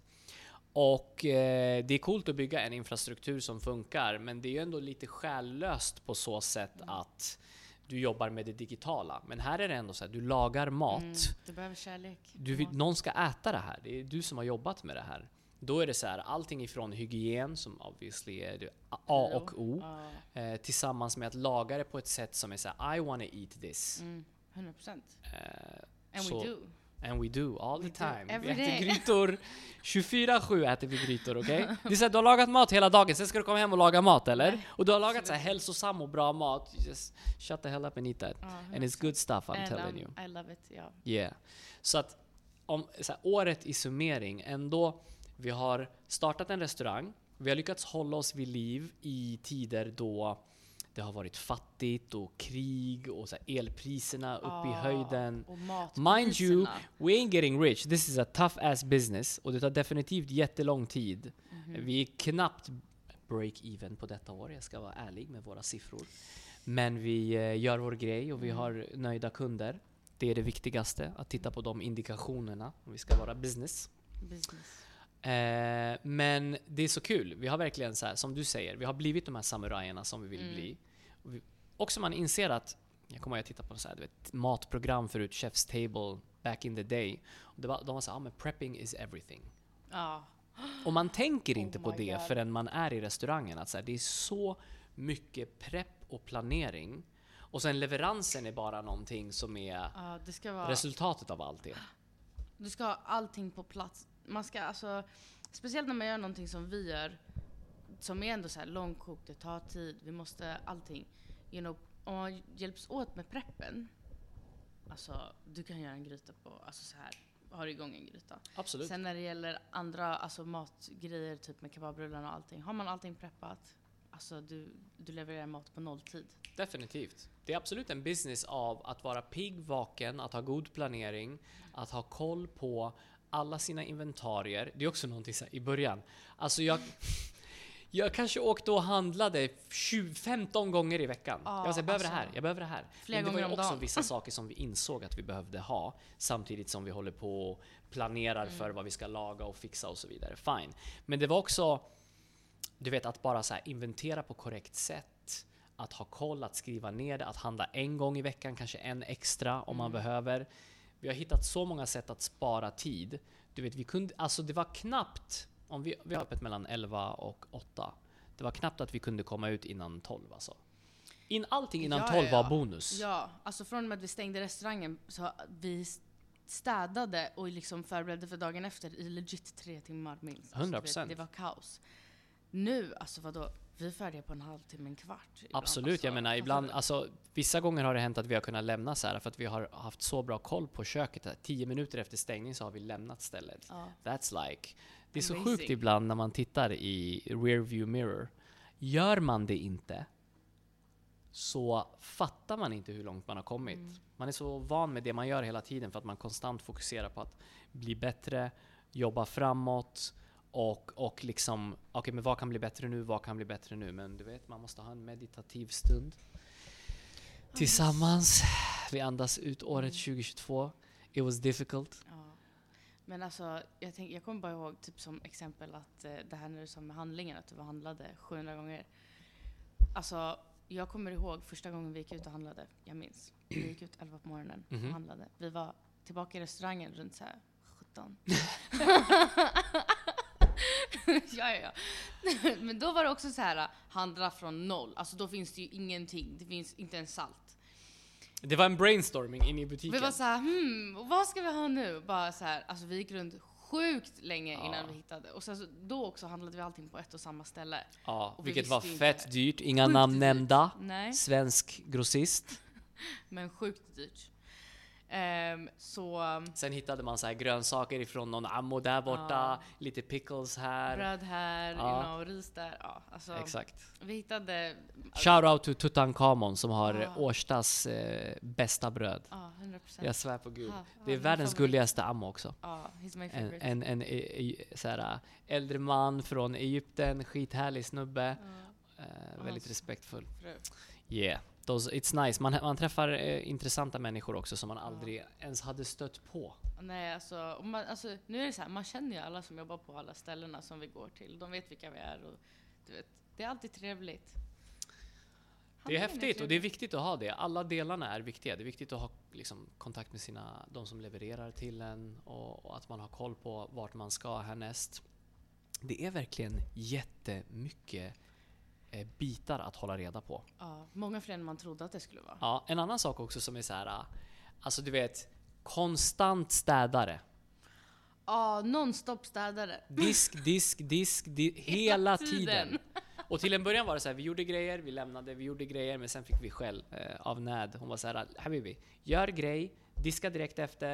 Och eh, det är coolt att bygga en infrastruktur som funkar. Men det är ju ändå lite själlöst på så sätt att du jobbar med det digitala. Men här är det ändå så här, du lagar mat. Mm. Du behöver kärlek. Du vill, någon ska äta det här. Det är du som har jobbat med det här. Då är det så här, allting ifrån hygien, som obviously är det A och O, Ja. eh, tillsammans med att laga det på ett sätt som är så här, I wanna eat this. Mm. hundra procent. Eh, And så- we do. And we do, all We the do, time. Vi every äter day. grytor. tjugofyra sju äter vi grytor, okej? Okay? Det är så här, du har lagat mat hela dagen, sen ska du komma hem och laga mat, eller? Nej, Och du har lagat absolut så här hälsosam och bra mat. You just shut the hell up and eat that. Ja, And it's good stuff, I'm And, telling um, you. I love it, ja. Yeah. Så att om så här, året i summering ändå, vi har startat en restaurang, vi har lyckats hålla oss vid liv i tider då det har varit fattigt och krig och så här, elpriserna upp Ja, i höjden. och matpriserna. Mind you, we ain't getting rich. This is a tough ass business och det tar definitivt jättelång tid. Mhm. Vi är knappt break even på detta år, jag ska vara ärlig med våra siffror. Men vi eh, gör vår grej och vi Mm. har nöjda kunder. Det är det viktigaste, att titta på de indikationerna om vi ska vara business. Business. Eh, men det är så kul. Vi har verkligen så här, som du säger, vi har blivit de här samurajerna som vi vill Mm. bli. Och vi, också man inser att, jag kommer ihåg att titta på så här, du vet, matprogram förut, Chef's Table, back in the day. Och det var, de var så här, ah, men prepping is everything. Ja. Och man tänker Oh inte på my det God. förrän man är i restaurangen. Att så här, det är så mycket prepp och planering. Och sen leveransen är bara någonting som är Ja, det ska vara... resultatet av allt det. Du ska ha allting på plats. Man ska alltså, speciellt när man gör någonting som vi gör, som är ändå så här långkokt, det tar tid, vi måste allting. You know, om man hjälps åt med preppen, alltså du kan göra en gryta på, alltså så här, har igång en gryta. Absolut. Sen när det gäller andra, alltså matgrejer, typ med kebabrullarna och allting, har man allting preppat, alltså du, du levererar mat på nolltid. Definitivt. Det är absolut en business av att vara pigg, vaken, att ha god planering, att ha koll på alla sina inventarier. Det är också någonting så här, i början. Alltså jag, jag kanske åkte och handlade tjugo, femton gånger i veckan. Ja, jag, var så, jag behöver alltså, det här, jag behöver det här. flera Men det var gånger ju om också dagen. vissa saker som vi insåg att vi behövde ha, samtidigt som vi håller på och planerar Mm. för vad vi ska laga och fixa och så vidare. Fine. Men det var också, du vet, att bara så här inventera på korrekt sätt. Att ha koll, att skriva ner det, att handla en gång i veckan, kanske en extra om man Mm. behöver. Vi har hittat så många sätt att spara tid. Du vet, vi kunde, alltså det var knappt, om vi, vi har öppet mellan elva och åtta. Det var knappt att vi kunde komma ut innan tolv alltså. In, allting innan Ja, tolv ja, var ja. bonus. Ja, alltså från och med att vi stängde restaurangen så vi städade och liksom förberedde för dagen efter i legit tre timmar minst. Alltså, hundra du vet, procent. det var kaos. Nu, alltså vadå? Vi är färdiga på en halvtimme, en kvart. ibland, Absolut, alltså. jag menar Fattar ibland, du? alltså vissa gånger har det hänt att vi har kunnat lämna så här för att vi har haft så bra koll på köket. Att tio minuter efter stängning så har vi lämnat stället. Ja. That's like. Det är så Amazing. sjukt ibland när man tittar i rear view mirror. Gör man det inte så fattar man inte hur långt man har kommit. Mm. Man är så van med det man gör hela tiden för att man konstant fokuserar på att bli bättre, jobba framåt och, och liksom, okej okay, men vad kan bli bättre nu, vad kan bli bättre nu? Men du vet, man måste ha en meditativ stund tillsammans. Vi andas ut året tjugohundratjugotvå. It was difficult. Ja. Men alltså, jag, tänk, jag kommer bara ihåg typ som exempel att eh, det här när du sa med handlingen, att du var handlade sjuhundra gånger. Alltså, jag kommer ihåg första gången vi gick ut och handlade. Jag minns. Vi gick ut elva på morgonen och Mhm. handlade. Vi var tillbaka i restaurangen runt så här sjutton. ja, ja, ja. Men då var det också så här, handla från noll. Alltså då finns det ju ingenting. Det finns inte en salt. Det var en brainstorming inne i butiken. Vi var så här, hmm, vad ska vi ha nu? Bara så här, alltså vi gick runt sjukt länge innan Ja. vi hittade. Och sen så, då också handlade vi allting på ett och samma ställe. Ja, och vi vilket visste var ju fett inte. dyrt. Inga Sjukt namn dyrt. nämnda. Nej, Svensk grossist. men sjukt dyrt. Ehm, så Sen hittade man så här grönsaker ifrån någon ammo där borta. Ja. Lite pickles här. bröd här, Ja. you know, ris där. Ja, alltså, Exakt. vi hittade... Shout out to Tutankhamon som har Ja. Årstas eh, bästa bröd. Ja, hundra procent. Jag svär på gud. Ja, Det är min världens favorit. gulligaste ammo också. Ja, he's my En, favorite. en, en e, e, så här, äldre man från Egypten, skithärlig snubbe. Ja, Eh, väldigt så- respektfull. fru. Yeah, those, it's nice. Man, man träffar eh, intressanta människor också som man aldrig ens hade stött på. Nej, alltså, och man, alltså, nu är det så här, man känner ju alla som jobbar på alla ställena som vi går till. De vet vilka vi är och du vet, det är alltid trevligt. Det är Handlingen häftigt och det är trevlig. viktigt att ha det. Alla delarna är viktiga. Det är viktigt att ha liksom, kontakt med sina, de som levererar till en och, och att man har koll på vart man ska härnäst. Det är verkligen jättemycket eh, bitar att hålla reda på. Ja, många fler än man trodde att det skulle vara. Ja, en annan sak också som är så här, ah, alltså du vet, konstant städare. Ja, nonstop städare. Disk, disk, disk, di- hela tiden. tiden. Och till en början var det så här, vi gjorde grejer, vi lämnade, vi gjorde grejer, men sen fick vi skäll eh, av Nad. Hon var så här, Habibi, gör grej, diska direkt efter,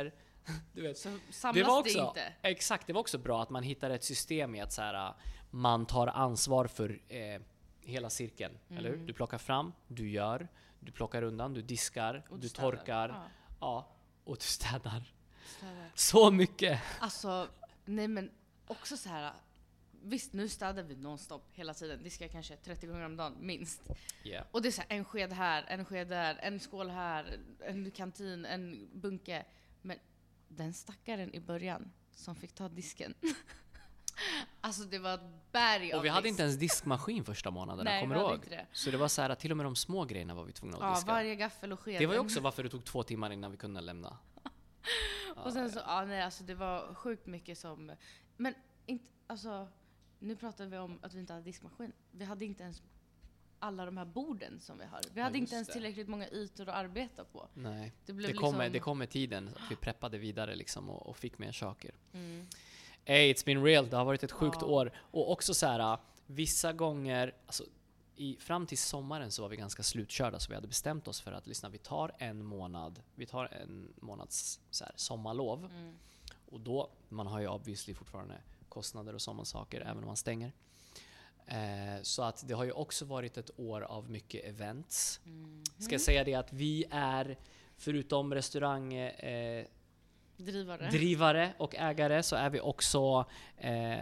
Du vet. Så samlas Det det, var också, inte. exakt, det var också bra att man hittar ett system i att så här, man tar ansvar för eh, hela cirkeln. Mm. Eller hur? Du plockar fram, du gör, du plockar undan, du diskar, Och du städar. torkar, Ja, ja, och du städar. städar. Så mycket! Alltså, nej men också så här. Visst, nu städar vi nonstop hela tiden. Diskar kanske trettio gånger om dagen, minst. Yeah. Och det är så här, en sked här, en sked där, en skål här, en kantin, en bunke. Men den stackaren i början som fick ta disken. Alltså det var ett berg av Och vi hade disk. inte ens diskmaskin första månaden, Nej, kommer vi du hade ihåg? inte det. Så det var så här att till och med de små grejerna var vi tvungna att Ja, diska. varje gaffel och sked. Det var ju också varför det tog två timmar innan vi kunde lämna. Och sen så, ja nej alltså det var sjukt mycket som, men inte, alltså nu pratar vi om att vi inte hade diskmaskin. Vi hade inte ens alla de här borden som vi har. Vi Ja, hade just inte ens det. tillräckligt många ytor att arbeta på. Nej, Det blev det kom, med, liksom, det kom med tiden att vi preppade vidare liksom och, och fick mer saker. mm, Hey, it's been real. Det har varit ett sjukt Ja. år. Och också så här, vissa gånger, alltså, i, fram till sommaren så var vi ganska slutkörda, så vi hade bestämt oss för att lyssna, vi tar en månad, vi tar en månads så här, sommarlov. mm, Och då, man har ju obviously fortfarande kostnader och sådana saker, även om man stänger. Eh, så att det har ju också varit ett år av mycket events. mm. Ska jag säga det att vi är, förutom restaurang, eh, Drivare. drivare och ägare, så är vi också eh, eh,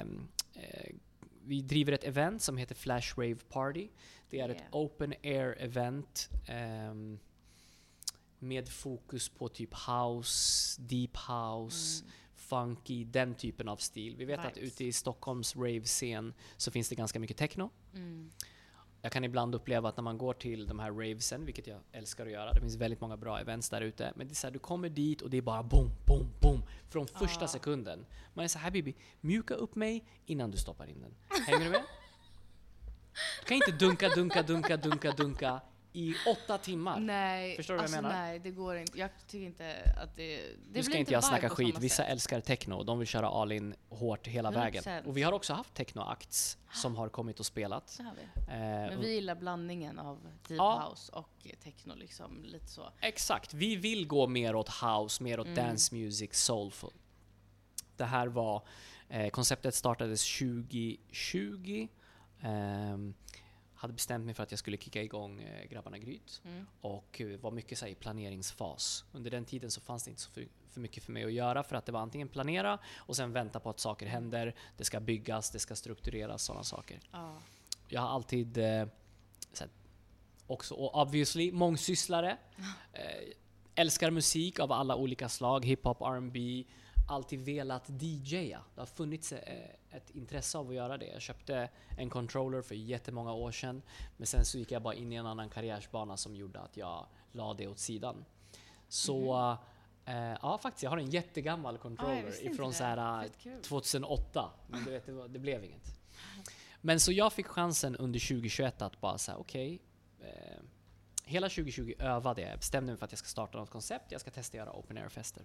vi driver ett event som heter Flash Rave Party. Det är ett Yeah. open air event eh, med fokus på typ house, deep house, Mm. funky, den typen av stil. Vi vet att Vibes. ute i Stockholms rave-scen så finns det ganska mycket techno. Mm. Jag kan ibland uppleva att när man går till de här ravesen, vilket jag älskar att göra, det finns väldigt många bra events där ute, men det är så här, du kommer dit och det är bara boom, boom, boom från första Ah. sekunden. Man är så här, Habibi, mjuka upp mig innan du stoppar in den. Hänger du med? Du kan inte dunka, dunka, dunka, dunka, dunka i åtta timmar. Nej, Förstår du vad jag alltså, menar? nej, det går inte. Jag tycker inte att det... det Nu blir ska inte jag vibe snacka på skit, samma vissa sätt. älskar techno, de vill köra all in hårt hela hundra vägen. procent. Och vi har också haft techno-acts som har kommit och spelat. Det har vi. Eh, Men vi gillar blandningen av deep Ja. house och techno, liksom lite så. Exakt, vi vill gå mer åt house, mer åt Mm. dance music, soulful. Det här var, eh, konceptet startades tjugo tjugo. ehm, hade bestämt mig för att jag skulle kicka igång eh, Grabbarna Gryt Mm. och eh, var mycket så här, i planeringsfas. Under den tiden så fanns det inte så för, för mycket för mig att göra, för att det var antingen planera och sen vänta på att saker händer, det ska byggas, det ska struktureras, sådana saker. Ja. Jag har alltid eh, så här, också, och obviously, mångsysslare. Eh, älskar musik av alla olika slag, hiphop, R and B. Alltid velat D J:a. Det har funnits eh, ett intresse av att göra det. Jag köpte en controller för jättemånga år sedan, men sen så gick jag bara in i en annan karriärsbana som gjorde att jag la det åt sidan. Så eh, ja, faktiskt, jag har en jättegammal Ja, jag controller visste inte ifrån det. så här, Fett kul. tjugohundraåtta, men du vet, det, var, det blev inget. Men så jag fick chansen under tjugo tjugoett att bara säga okej, eh, hela tjugo tjugo övade jag. Jag bestämde mig för att jag ska starta något koncept, jag ska testa att göra open air-fester.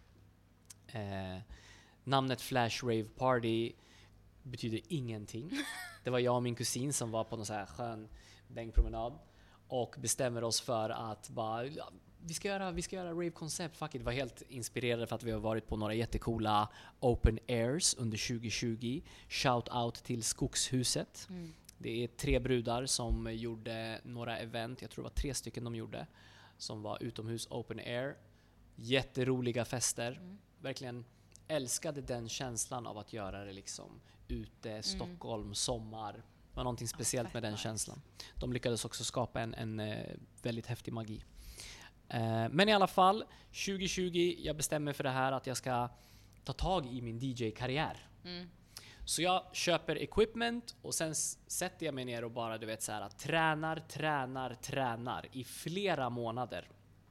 Eh, namnet Flash Rave Party betyder ingenting. Det var jag och min kusin som var på någon så här skön bänkpromenad och bestämmer oss för att bara, ja, vi ska göra, vi ska göra rave-koncept. Fuck it. Det var helt inspirerade för att vi har varit på några jättecoola open airs under tjugo tjugo. Shout out till Skogshuset. Mm. Det är tre brudar som gjorde några event, jag tror det var tre stycken de gjorde, som var utomhus open air. Jätteroliga fester. Mm. Verkligen älskade den känslan av att göra det liksom ute, Stockholm, sommar. Det var någonting speciellt fett med den nice. känslan. De lyckades också skapa en, en eh, väldigt häftig magi. Eh, men i alla fall, tjugo tjugo, jag bestämmer för det här att jag ska ta tag i min D J-karriär. Mm. Så jag köper equipment och sen s- sätter jag mig ner och bara, du vet, så här, tränar, tränar, tränar i flera månader.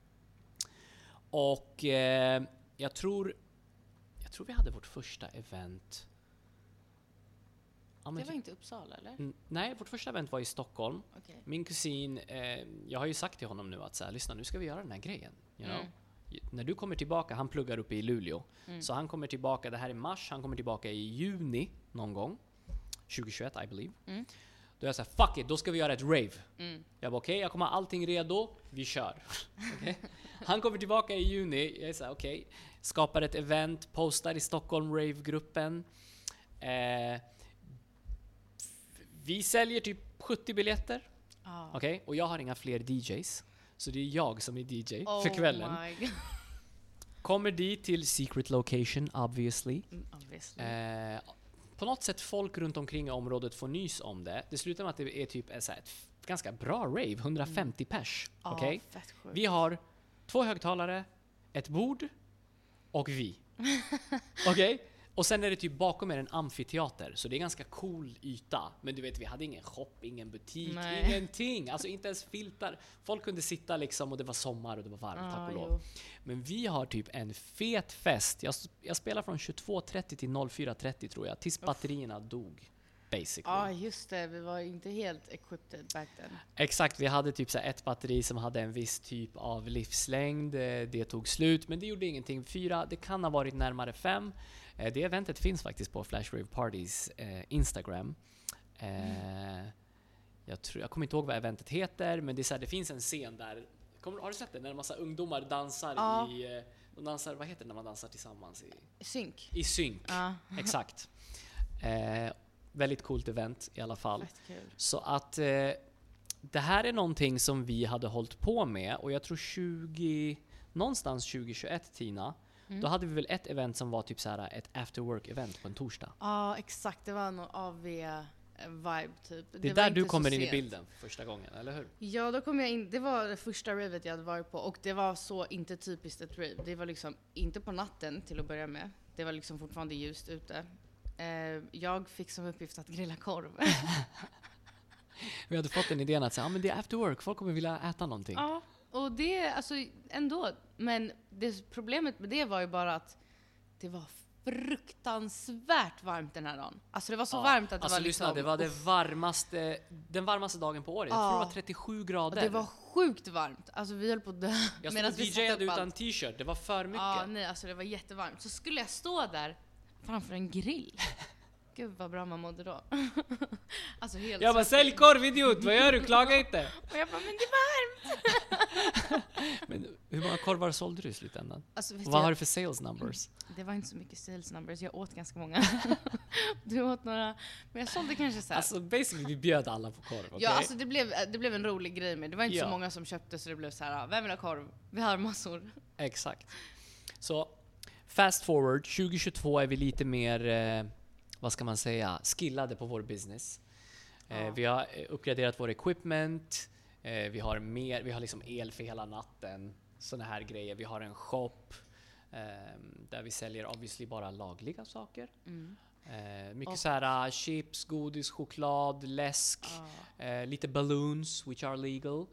Och eh, jag tror jag tror vi hade vårt första event. Ja, men Det var typ- inte Uppsala eller? Mm, nej, vårt första event var i Stockholm. Okej. Min kusin, eh, jag har ju sagt till honom nu att så här, lyssna, nu ska vi göra den här grejen. You know? Mm. J- När du kommer tillbaka, han pluggar uppe i Luleå. Mm. Så han kommer tillbaka, det här är mars, han kommer tillbaka i juni någon gång. tjugo tjugoett, I believe. Mm. Då är jag så här, fuck it, då ska vi göra ett rave. Mm. Jag bara okej, okay, jag kommer ha allting redo, vi kör. Okay? Han kommer tillbaka i juni, jag är så här, okej. Okay. Skapar ett event, postar i Stockholm Rave-gruppen. Eh, vi säljer typ sjuttio biljetter. Ah. Okej, okay? Och jag har inga fler D Js. Så det är jag som är D J Oh för kvällen. my God. Kommer dit till secret location, obviously. Mm, obviously. Eh, på något sätt folk runt omkring i området får nys om det. Det slutar med att det är typ ett, så här, ett ganska bra rave, hundrafemtio pers. Ah, Okej? fett sjukt. Vi har två högtalare, ett bord och vi. Okej? Och sen är det typ bakom er en amfiteater, så det är ganska cool yta. Men du vet, vi hade ingen shop, ingen butik, Nej. ingenting. Alltså inte ens filtar. Folk kunde sitta liksom och det var sommar och det var varmt, Ah, tack och jo. lov. Men vi har typ en fet fest. Jag, jag spelar från tjugotvå trettio till noll fyra trettio tror jag, tills batterierna dog. Basically. Ja, just det. Vi var inte helt equipped back then. Exakt, vi hade typ så här ett batteri som hade en viss typ av livslängd. Eh, Det tog slut, men det gjorde ingenting. Fyra, det kan ha varit närmare fem. Eh, Det eventet finns faktiskt på Flash Rave Parties eh, Instagram. Eh, jag, tror, jag kommer inte ihåg vad eventet heter, men det, är så här, det finns en scen där. Kommer, har du sett det? När en massa ungdomar dansar Ja. i... eh, De dansar, vad heter det när man dansar tillsammans? I, Synk. i synk. Ja, Exakt. Eh, väldigt coolt event i alla fall. fett kul. Så att eh, det här är någonting som vi hade hållit på med, och jag tror tjugo, någonstans tjugo tjugoett, Tina, Mm. då hade vi väl ett event som var typ så här ett after work event på en torsdag. Ja, exakt. Det var någon A V-vibe typ. Det är var där inte du så kommer in i sent. bilden första gången, eller hur? Ja, då kom jag in. Det var det första ravet jag hade varit på, och det var så inte typiskt ett rave. Det var liksom inte på natten till att börja med. Det var liksom fortfarande ljust ute. Eh, jag fick som uppgift att grilla korv. Vi hade fått den idén att säga, ah, men det är after work, folk kommer vilja äta någonting. Ja, och det, alltså ändå. Men det, problemet med det var ju bara att det var fruktansvärt varmt den här dagen. Alltså det var så Ja, varmt att det alltså var lyssna, liksom... det var det varmaste, den varmaste dagen på året. Jag Ja. tror det var trettiosju grader. Det var sjukt varmt. Alltså vi höll på att dö. jag stod medan och vi satte DJade upp utan allt. t-shirt, det var för mycket. Ja, nej, alltså det var jättevarmt. Så skulle jag stå där framför en grill. Gud vad bra man mådde då. Alltså helt Jag bara, svettig. sälj korv idiot, vad gör du? Klaga inte! Och jag bara, men det är varmt! Men hur många korvar sålde du i slutändan? Alltså, vet Vad har jag, du för sales numbers? det var inte så mycket sales numbers, jag åt ganska många. Du åt några, men jag sålde kanske så här. Alltså basically, vi bjöd alla på korv, okej? Ja, alltså det blev, det blev en rolig grej med. Det var inte Ja. så många som köpte, så det blev så här, vem vill ha korv? Vi har massor. Exakt. Så, fast forward, tjugo tjugotvå är vi lite mer, eh, vad ska man säga, skillade på vår business. Eh, Ja. Vi har eh, uppgraderat vår equipment, eh, vi har mer, vi har liksom el för hela natten, såna här grejer. Vi har en shop eh, där vi säljer obviously bara lagliga saker. Mm. Eh, mycket Och- så här uh, chips, godis, choklad, läsk, Ja. eh, lite balloons which are legal.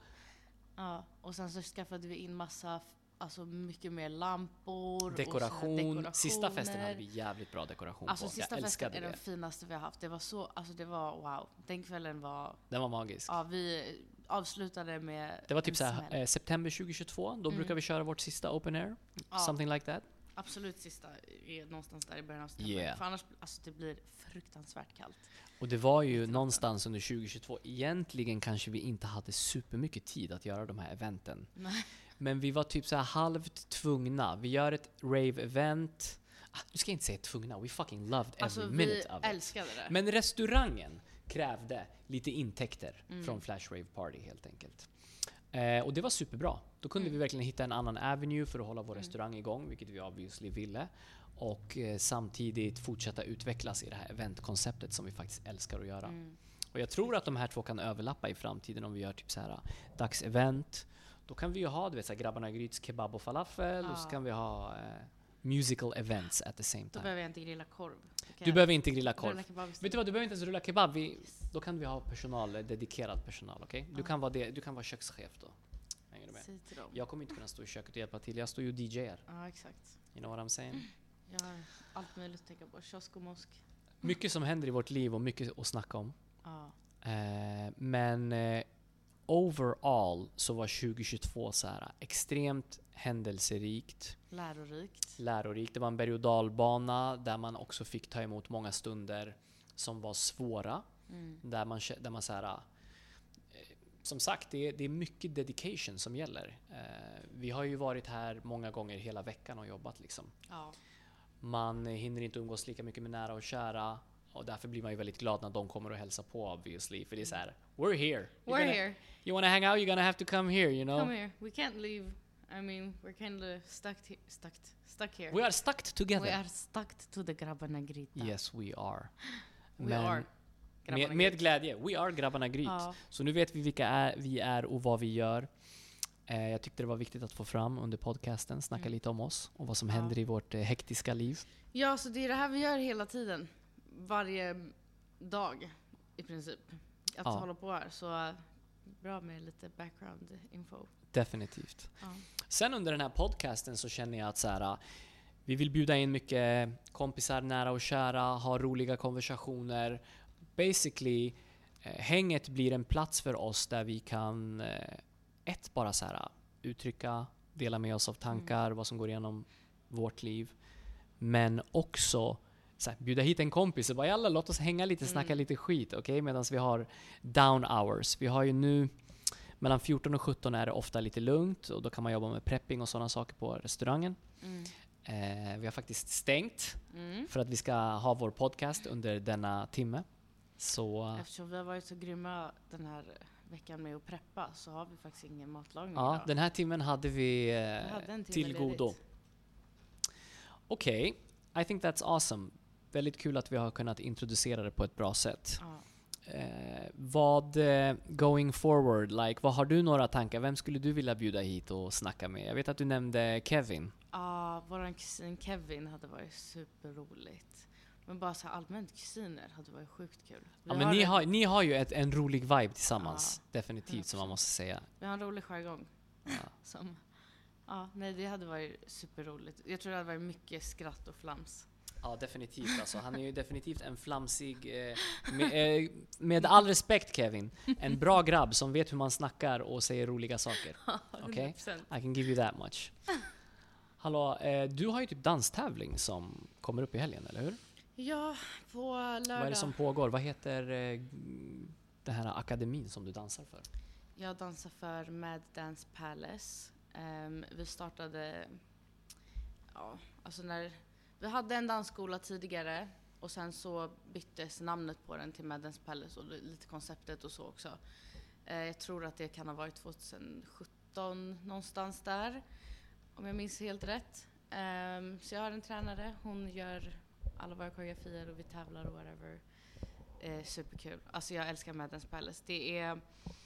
Ja, och sen så skaffade vi in massa, f- alltså mycket mer lampor. Dekoration. Och så här dekorationer. Sista festen hade vi jävligt bra dekoration Alltså på. sista Jag festen älskade är det. den finaste vi har haft. Det var så, alltså det var wow. Den kvällen var, Den var magisk. ja vi avslutade med Det var typ en så här, smäll. eh, september tjugo tjugotvå. Då Mm. brukar vi köra vårt sista open air. Ja. Something like that. Absolut sista är någonstans där i början av september. Yeah. För annars, alltså det blir fruktansvärt kallt. Och det var ju Jättevackert. någonstans under tjugo tjugotvå. Egentligen kanske vi inte hade supermycket tid att göra de här eventen. Nej. Men vi var typ så här halvt tvungna. Vi gör ett rave-event. Ah, du ska inte säga tvungna. We fucking loved every Alltså vi minute of it. älskade det. Men restaurangen krävde lite intäkter Mm. från Flash Rave Party helt enkelt. Eh, och det var superbra. Då kunde Mm. vi verkligen hitta en annan avenue för att hålla vår Mm. restaurang igång, vilket vi obviously ville. Och eh, samtidigt fortsätta utvecklas i det här eventkonceptet som vi faktiskt älskar att göra. Mm. Och jag tror att de här två kan överlappa i framtiden om vi gör typ så här dagsevent. Då kan vi ju ha, du vet, så här, grabbarna Gryts kebab och falafel, och så Ja. kan vi ha eh, musical events at the same Då time. behöver jag inte grilla korv. Då kan Du jag behöver inte grilla korv. rulla kebab istället. Vet du vad, du behöver inte ens rulla kebab. Vi, då kan vi ha personal, eh, dedikerad personal, okej? Du, Ja. kan vara det, du kan vara kökschef då. Hänger du med? Säg till dem. Jag kommer inte kunna stå i köket och hjälpa till. Jag står ju och D J:ar. Ja, exakt. You know what I'm saying? Jag har allt möjligt att tänka på. Kiosk och mosk. Mycket som händer i vårt liv och mycket att snacka om. Ja. Eh, men eh, overall så var tjugo tjugotvå så här extremt händelserikt, Lärorikt. lärorikt. Det var en berg- och dalbana där man också fick ta emot många stunder som var svåra. Mm. Där man, där man så här, eh, som sagt, det är, det är mycket dedication som gäller. Eh, vi har ju varit här många gånger hela veckan och jobbat liksom. Ja. Man hinner inte umgås lika mycket med nära och kära. Och därför blir man ju väldigt glad när de kommer och hälsar på, obviously. För det är så här: we're here. We're gonna, here. You wanna hang out, you're gonna have to come here, you know? Come here. We can't leave. I mean, we're kind of stuck, he- stuck, stuck here. We are stuck together. We are stuck to the Grabbarna Gryta. Yes, we are. We are. Grabbarna Med, med Gryt. glädje. We are Grabbarna Gryt. Ja. Så nu vet vi vilka är, vi är och vad vi gör. Eh, jag tyckte det var viktigt att få fram under podcasten, snacka Mm. lite om oss och vad som Ja. händer i vårt eh, hektiska liv. Ja, så det är det här vi gör hela tiden. Varje dag i princip. Att Ja. hålla på här. Så uh, bra med lite background info. Definitivt. Ja. Sen under den här podcasten så känner jag att så här, vi vill bjuda in mycket kompisar, nära och kära, ha roliga konversationer. Basically, eh, hänget blir en plats för oss där vi kan eh, ett, bara så här, uttrycka, dela med oss av tankar, Mm. vad som går igenom vårt liv. Men också så här, bjuda hit en kompis och bara jalla, låt oss hänga lite, snacka Mm. lite skit, okej? Okay? Medan vi har down hours. Vi har ju nu mellan fjorton och sjutton är det ofta lite lugnt och då kan man jobba med prepping och sådana saker på restaurangen. Mm. Eh, vi har faktiskt stängt Mm. för att vi ska ha vår podcast under denna timme. Så Eftersom vi har varit så grymma den här veckan med att preppa så har vi faktiskt ingen matlagning ja, idag. den här timmen hade vi Vi eh, hade en timme till godo. ledigt. Okej, okay. I think that's awesome. Väldigt kul att vi har kunnat introducera det på ett bra sätt. Ja. Eh, vad eh, going forward, like, vad har du några tankar? Vem skulle du vilja bjuda hit och snacka med? Jag vet att du nämnde Kevin. Ja, våran kusin Kevin hade varit superroligt. Men bara så här allmänt kusiner hade varit sjukt kul. Vi Ja, men ni en- har, ni har ju ett, en rolig vibe tillsammans. Ja, definitivt, som man måste säga. Vi har en rolig jargong. Ja. Som, ja, nej, det hade varit superroligt. Jag tror det hade varit mycket skratt och flams. Ja, definitivt. Alltså. Han är ju definitivt en flamsig... Eh, med, eh, med all respekt, Kevin. En bra grabb som vet hur man snackar och säger roliga saker. Okej? hundra procent. I can give you that much. Hallå, eh, du har ju typ danstävling som kommer upp i helgen, eller hur? Ja, på lördag. Vad är det som pågår? Vad heter eh, den här akademin som du dansar för? Jag dansar för Mad Dance Palace. Ehm, vi startade... Ja, alltså när... Vi hade en dansskola tidigare och sen så byttes namnet på den till Mad Dance Palace och lite konceptet och så också. Eh, jag tror att det kan ha varit tjugosjutton någonstans där, om jag minns helt rätt. Ehm, så jag har en tränare, hon gör alla våra koreografier och vi tävlar och whatever. Eh, superkul. Alltså jag älskar Mad Dance Palace. Det är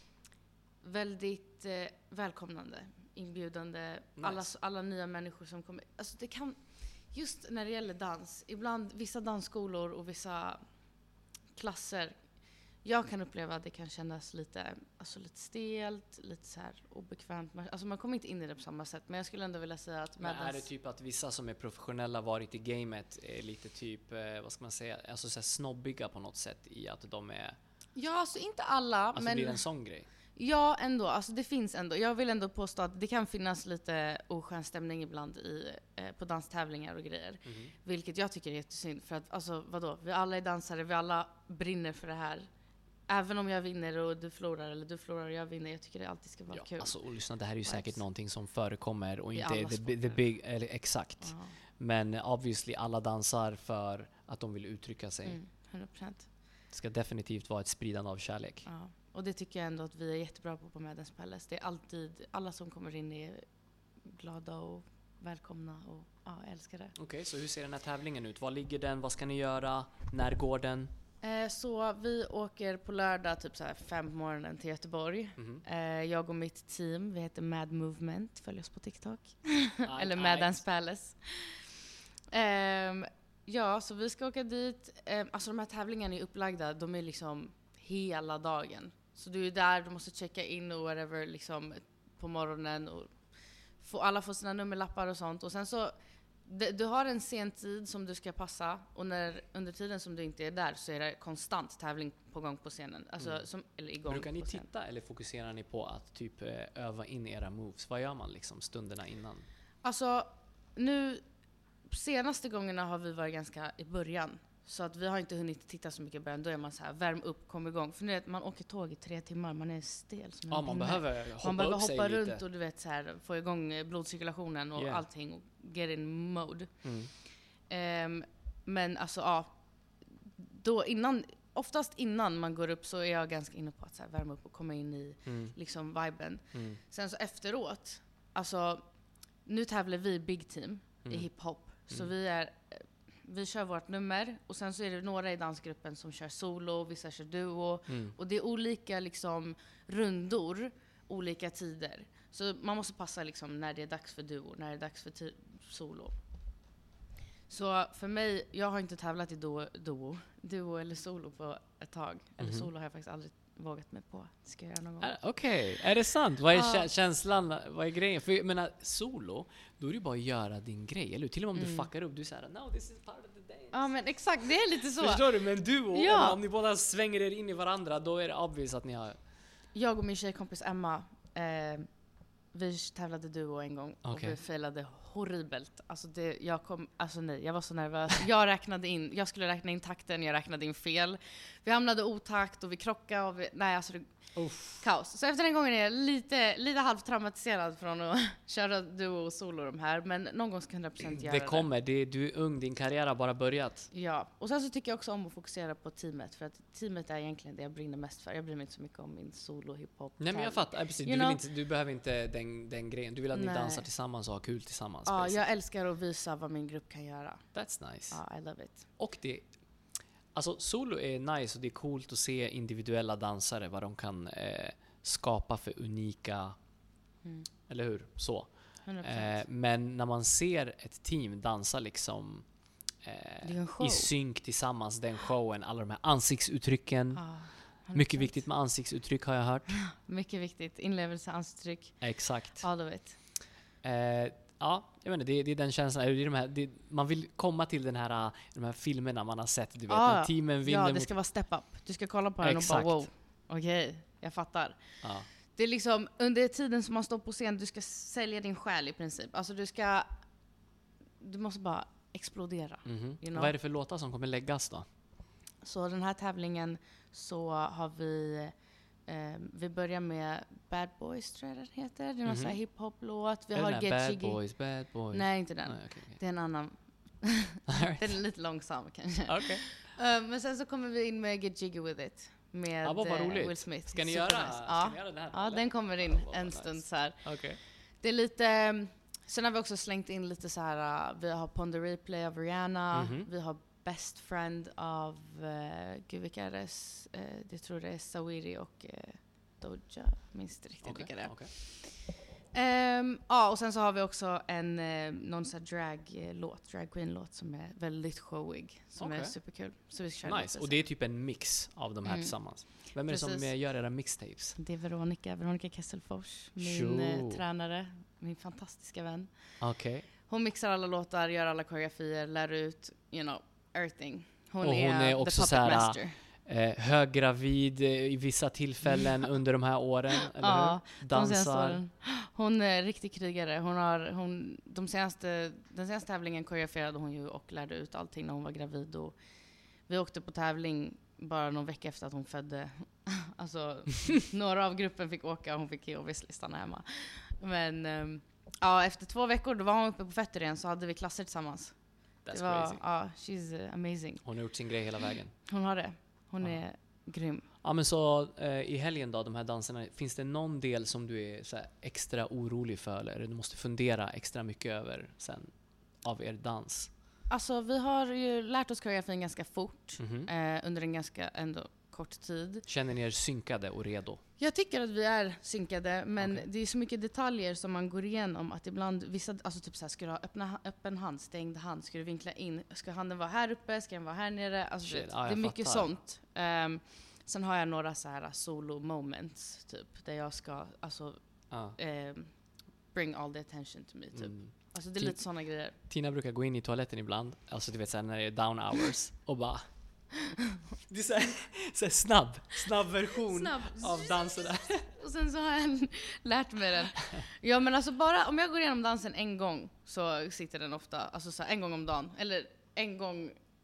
väldigt eh, välkomnande, inbjudande. Nice. Alla, alla nya människor som kommer. Alltså det kan, just när det gäller dans, ibland vissa dansskolor och vissa klasser, jag kan uppleva att det kan kännas lite, alltså lite stelt, lite så här obekvämt. Man- Alltså man kommer inte in i det på samma sätt, men jag skulle ändå vilja säga att Men Mad är det Dance- typ att vissa som är professionella varit i gamet är lite typ, eh, vad ska man säga, alltså så här snobbiga på något sätt i att de är, Ja, alltså inte alla, alltså men blir det en sån grej? ja, ändå. Alltså det finns ändå. Jag vill ändå påstå att det kan finnas lite oskön stämning ibland i, eh, på danstävlingar och grejer. Mhm. Vilket jag tycker är jättesynd. För att, alltså vadå? Vi alla är dansare, vi alla brinner för det här. Även om jag vinner och du förlorar, eller du förlorar och jag vinner. Jag tycker det alltid ska vara Ja, kul. alltså och lyssna, det här är ju Vibes. säkert någonting som förekommer och I inte alla the, bi- the sporter. big, eller exakt. Ja. Men obviously alla dansar för att de vill uttrycka sig. Mm, hundra procent. Det ska definitivt vara ett spridande av kärlek. Ja. Och det tycker jag ändå att vi är jättebra på på Mad Dance Palace. Det är alltid, alla som kommer in är glada och välkomna och ja, jag älskar det. Okej, så hur ser den här tävlingen ut? Var ligger den? Vad ska ni göra? När går den? Eh, så vi åker på lördag typ så här fem på morgonen till Göteborg. Mhm. Eh, jag och mitt team, vi heter Mad Movement, följ oss på TikTok. Aj, Eller aj. Mad Dance Palace. Ehm, ja, så vi ska åka dit. Ehm, alltså de här tävlingarna är upplagda, de är liksom hela dagen. Så du är där, du måste checka in och whatever liksom på morgonen. Och få, alla får sina nummerlappar och sånt. Och sen så, det, du har en sen tid som du ska passa. Och när, under tiden som du inte är där så är det konstant tävling på gång på scenen. Alltså, Mm. som, eller igång Brukar ni på scenen. titta eller fokuserar ni på att typ eh, öva in era moves? Vad gör man liksom stunderna innan? Alltså, nu senaste gångerna har vi varit ganska i början. Så att vi har inte hunnit titta så mycket på den. Då är man så här, värm upp, kom igång. För nu vet man åker tåg i tre timmar, man är stel som Ja, en man pinne. behöver hoppa Man behöver upp sig hoppa lite. runt och du vet så här, få igång blodcirkulationen och Yeah. allting och get in mode. Mm. Ehm, men alltså ja, då innan, oftast innan man går upp så är jag ganska inne på att så här, värma upp och komma in i Mm. liksom viben. Mm. Sen så efteråt, alltså nu tävlar vi Big Team i Mm. hiphop. Så Mm. vi är, vi kör vårt nummer och sen så är det några i dansgruppen som kör solo, vissa kör duo. Mm. Och det är olika liksom rundor, olika tider. Så man måste passa liksom när det är dags för duo, när det är dags för ti- solo. Så för mig, jag har inte tävlat i duo, duo, duo eller solo på ett tag. Eller Mhm. solo har jag faktiskt aldrig vågat mig på. Det ska jag göra någon gång. Är- Okej, är det sant? Vad är Ja. kä- känslan? Vad är grejen? För jag menar, solo, då är det ju bara att göra din grej, eller hur? Till och med om Mm. du fuckar upp, du säger no, this is part of the dance. Ja men exakt, det är lite så. Förstår du? Men duo, Ja. eller om ni båda svänger er in i varandra, då är det obvious att ni har... Jag och min tjejkompis Emma, eh, vi tävlade duo en gång och Okej. vi failade horribelt. Alltså, det, jag, kom, alltså nej, jag var så nervös. Jag räknade in, jag skulle räkna in takten, jag räknade in fel. Vi hamnade otakt och vi krockade och vi, nej alltså det, Uff. kaos. Så efter den gången är jag lite, lite halvt traumatiserad från att köra duo och solo de här. Men någon gång ska jag hundra procent göra Det det. kommer, det, du är ung, din karriär har bara börjat. Ja, och sen så tycker jag också om att fokusera på teamet. För att teamet är egentligen det jag brinner mest för. Jag bryr mig inte så mycket om min solo hiphop. Nej men jag fattar, ja, precis. You Du, vill know? inte, du behöver inte den, den grejen. Du vill att ni Nej. dansar tillsammans och har kul tillsammans. Ja, basically. jag älskar att visa vad min grupp kan göra. That's nice. Ja, I love it. Och det... Alltså solo är nice och det är coolt att se individuella dansare, vad de kan eh, skapa för unika... Mm. Eller hur? Så. hundra Eh, procent. men när man ser ett team dansa liksom Det är eh, en show. i synk tillsammans, den showen, alla de här ansiktsuttrycken. Ja, hundra procent. Mycket viktigt med ansiktsuttryck har jag hört. Mycket viktigt. Inlevelse, ansiktsuttryck. Exakt. All of it. Eh, ja, jag menar, det, det är den känslan. Det är de här, det, man vill komma till den här, de här filmerna man har sett. Du vet, Ja, när teamen vinner Ja, det mot... ska vara step up. Du ska kolla på den Exakt. och bara wow. Okej, jag fattar. Ja. Det är liksom under tiden som man står på scen, du ska sälja din själ i princip. Alltså du ska... Du måste bara explodera. Mhm. You know? Vad är det för låtar som kommer läggas då? Så den här tävlingen så har vi... Eh, vi börjar med Bad Boys, tror jag den heter. Det är någon Mhm. sån här hiphop-låt. Vi är har det den Get här Bad Jiggy. Boys, Bad Boys? Nej, inte den. Nej, okej, okej. Det är en annan. All right. Den är lite långsam kanske. Okej. Eh, men sen så kommer vi in med Get Jiggy With It. Med Ja, vad eh, roligt. Will Smith. Ska ni Super göra, nice. ska Ja. ni göra den här? Ja, eller? den kommer in Ja, vad en nice. stund så här. Okej. Det är lite... Sen har vi också slängt in lite så här. uh, vi har Pon the Replay av Rihanna. Mhm. Vi har Best Friend av... Uh, gud, vilka är det? S- eh, jag tror det är Saweetie och uh, Doja. Minns inte riktigt Okej, vilka det är. okej. Ehm, ja, och sen så har vi också en eh, någon sån här drag-låt, drag queen-låt som är väldigt showig. Som är Okej. superkul. Så vi kör Nice, lite och så. det är typ en mix av de här Mm. tillsammans. Vem är det som Precis. eh, gör era mixtapes? Det är Veronica, Veronica Kesselfors. Min Tjo. eh, tränare, min fantastiska vän. Okej. Hon mixar alla låtar, gör alla koreografier, lär ut, you know, everything. Hon, Och hon är the också puppet så här, master. Eh, höggravid eh, i vissa tillfällen under de här åren, eller Ja, hur? de senaste Dansar. åren. Hon är riktig krigare. Hon har, hon, de senaste, den senaste tävlingen koreograferade hon ju och lärde ut allting när hon var gravid. Och vi åkte på tävling bara någon vecka efter att hon födde. Alltså, några av gruppen fick åka och hon fick ju obviously stanna hemma. Men ehm, ja, efter två veckor då var hon uppe på fötter igen, så hade vi klasser tillsammans. That's Det var, crazy. ja, she's uh, amazing. Hon har gjort sin grej hela vägen. Hon har det. Hon Ja. är grym. Ja men så eh, i helgen då, de här danserna, finns det någon del som du är så här, extra orolig för eller du måste fundera extra mycket över sen av er dans? Alltså vi har ju lärt oss koreografin ganska fort. Mhm. Eh, under en ganska ändå kort tid. Känner ni er synkade och redo? Jag tycker att vi är synkade, men Okej. det är så mycket detaljer som man går igenom att ibland vissa, alltså typ såhär, ska du ha öppna, öppen hand, stängd hand, ska du vinkla in, ska handen vara här uppe, ska den vara här nere, alltså Shit, vet, ja, jag det är mycket fattar. sånt. Ehm, sen har jag några så här solo moments typ, där jag ska alltså Ja. ehm, bring all the attention to me typ. Mm. Alltså det är Ti- lite såna grejer. Tina brukar gå in i toaletten ibland, alltså du vet såhär när det är down hours och bara det är såhär, såhär snabb, snabb version Snabb. av dansen där. Och sen så har jag lärt mig den. Ja men alltså bara om jag går igenom dansen en gång så sitter den ofta, alltså så här, en gång om dagen. Eller en gång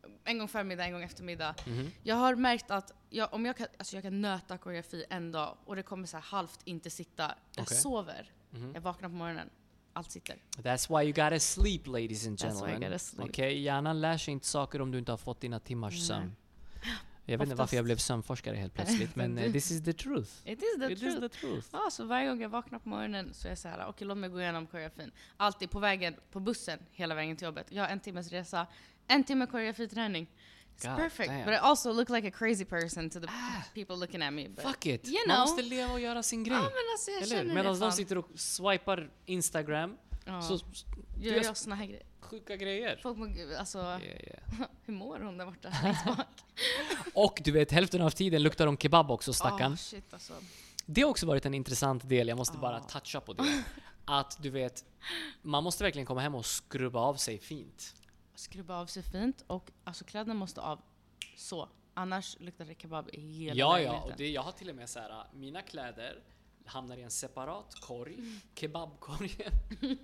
en gång förmiddag, en gång eftermiddag. Mm-hmm. Jag har märkt att jag, om jag kan, alltså jag kan nöta koreografi en dag och det kommer så här halvt inte sitta. Jag Okay. sover. Mm-hmm. Jag vaknar på morgonen. Allt sitter. That's why you gotta sleep, ladies and That's why you gentlemen. gotta sleep. Okej, okay? Hjärnan lär sig inte saker om du inte har fått dina timmars Nej. sömn. Jag vet inte Oftast- varför jag blev sömnforskare helt plötsligt, men uh, this is the truth. It is the It truth. is the truth. Ja, så varje gång jag vaknar på morgonen så är jag så här, okej låt mig gå igenom koreografin. Alltid på vägen, på bussen, hela vägen till jobbet. Jag har en timmes resa, en timme koreografiträning. It's God perfect. damn. But I also look like a crazy person to the Ah. people looking at me. But Fuck it! you Man know. måste leva och göra sin grej. Ja, men alltså jag Eller känner hur? det Medan de fan. sitter och swipar Instagram, Ja. så Gör gör jag såna här grejer. sjuka grejer. Folk mår, alltså, Yeah, yeah. hur mår hon där borta längst bak? Och du vet, hälften av tiden luktar de kebab också, stackarn. Oh, shit alltså. Det har också varit en intressant del, jag måste Ah. bara toucha på det. Att du vet, man måste verkligen komma hem och skrubba av sig fint. Skrubba av sig fint och alltså kläderna måste av så. Annars luktar det kebab i hela Ja, ja, lägenheten. och det, jag har till och med så här, mina kläder hamnar i en separat korg, Mm. kebabkorgen.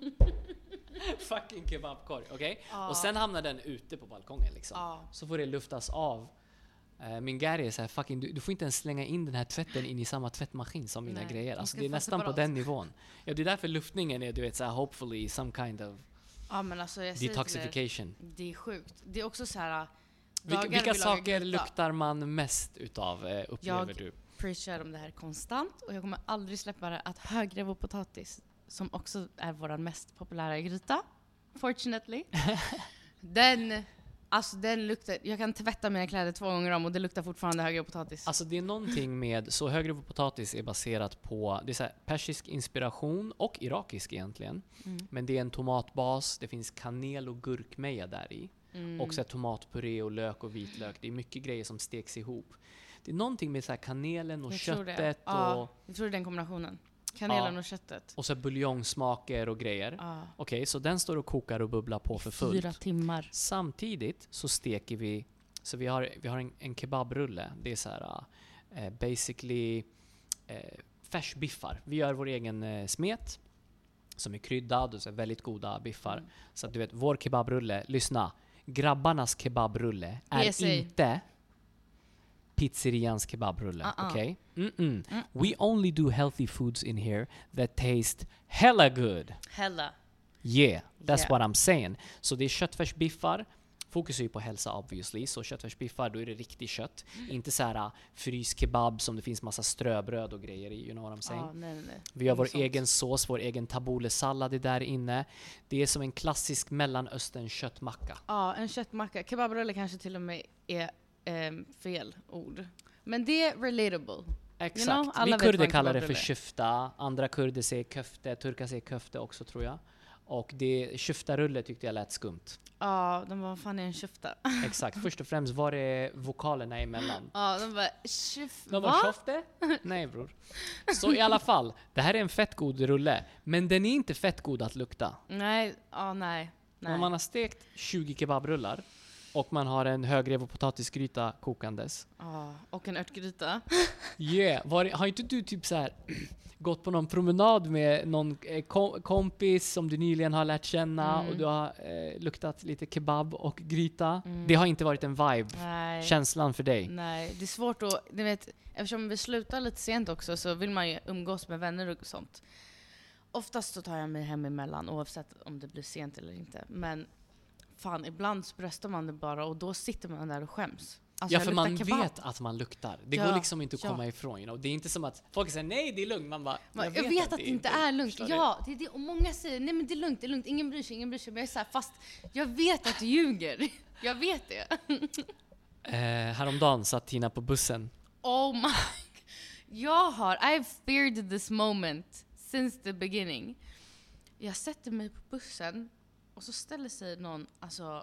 Fucking kebabkorg, okej? Ja. Och sen hamnar den ute på balkongen liksom. Ja. Så får det luftas av. Uh, min Gary är så här, fucking, du, du får inte ens slänga in den här tvätten in i samma tvättmaskin som mina Nej, grejer. de Alltså ska det är få nästan separat. på den nivån. Ja, det är därför luftningen är, du vet, så här, hopefully some kind of Ja, men alltså jag säger till er, detoxification. det är sjukt. Det är också så här. Vil- dagar vilka vi lagar saker gryta. luktar man mest utav, eh, upplever Jag- du? Preachar om det här konstant och jag kommer aldrig släppa det att högrev och potatis, som också är vår mest populära gryta, fortunately, den, alltså den luktar, jag kan tvätta mina kläder två gånger om och det luktar fortfarande högrev och potatis. Alltså det är någonting med, så högrev och potatis är baserat på, det är så här, persisk inspiration och irakisk egentligen. Mm. Men det är en tomatbas, det finns kanel och gurkmeja där i. Mm. Och så här tomatpuré och lök och vitlök. Det är mycket grejer som steks ihop. Det är någonting med så här kanelen och Jag tror det. köttet Ja, och, jag tror det är den kombinationen. Kanelen Ja. och köttet. och så här buljongsmaker och grejer. Ja. Okej, så den står och kokar och bubblar på för fullt. Fyra timmar. Samtidigt så steker vi, så vi har, vi har en, en kebabrulle. Det är så här uh, basically uh, färsbiffar. Vi gör vår egen uh, smet som är kryddad och så är väldigt goda biffar. Mm. Så att du vet, vår kebabrulle, lyssna. Grabbarnas kebabrulle är P S A. inte pizzerians kebabrulle. Uh-uh. Okej? Mm-mm. Mm. We only do healthy foods in here that taste hella good. Hella. Yeah, that's Yeah. what I'm saying. Så det är köttfärsbiffar. Fokus är ju på hälsa obviously. Så köttfärsbiffar, då är det riktigt kött. Mm. Inte så här uh, fryskebab som det finns massa ströbröd och grejer i. You know what I'm saying? Ja, nej, nej, nej. Vi har vår Inget sånt. egen sås, vår egen tabbouleh-sallad är där inne. Det är som en klassisk mellanöstern köttmacka. Ja, en köttmacka. Kebabrulle kanske till och med är ehm, fel ord. Men det är relatable. Exakt. know, alla Vi vet kurder vad en kallar det för kebabrulle är. köfta, andra kurder säger köfte, turkar säger köfte också tror jag. Och det köftarulle tyckte jag lät skumt. Ja, de var, vad fan är en köfta? Exakt. Först och främst var det vokalerna emellan. Ja, de bara, kyff, De va? var köfte? Nej bror. Så i alla fall, det här är en fett god rulle. Men den är inte fett god att lukta. Nej, ja, nej. nej. Om man har stekt tjugo kebabrullar och man har en högrev och potatisgryta kokandes. Ja, och en örtgryta. Yeah, var, har inte du typ så här gått på någon promenad med någon eh, kom, kompis som du nyligen har lärt känna Mm. och du har eh, luktat lite kebab och gryta? Mm. Det har inte varit en vibe, Nej. känslan för dig? Nej, det är svårt att, ni vet, eftersom vi slutar lite sent också så vill man ju umgås med vänner och sånt. Oftast så tar jag mig hem emellan oavsett om det blir sent eller inte. Men fan, ibland så bröstar man det bara och då sitter man där och skäms. Alltså, Ja, jag för luktar man kebab. vet att man luktar. Det Ja, går liksom inte att ja. komma ifrån. You know? Det är inte som att folk säger nej, det är lugnt. Man bara, Man, jag, vet att det inte är lugnt. Förstår du? Ja, det är det. Och många säger nej men det är lugnt, det är lugnt. Ingen bryr sig, ingen bryr sig. Men jag är så här, fast jag vet att du ljuger. Jag vet det. Eh, häromdagen satt Tina på bussen. Oh my. Jag har, I've feared this moment since the beginning. Jag sätter mig på bussen och så ställer sig någon, alltså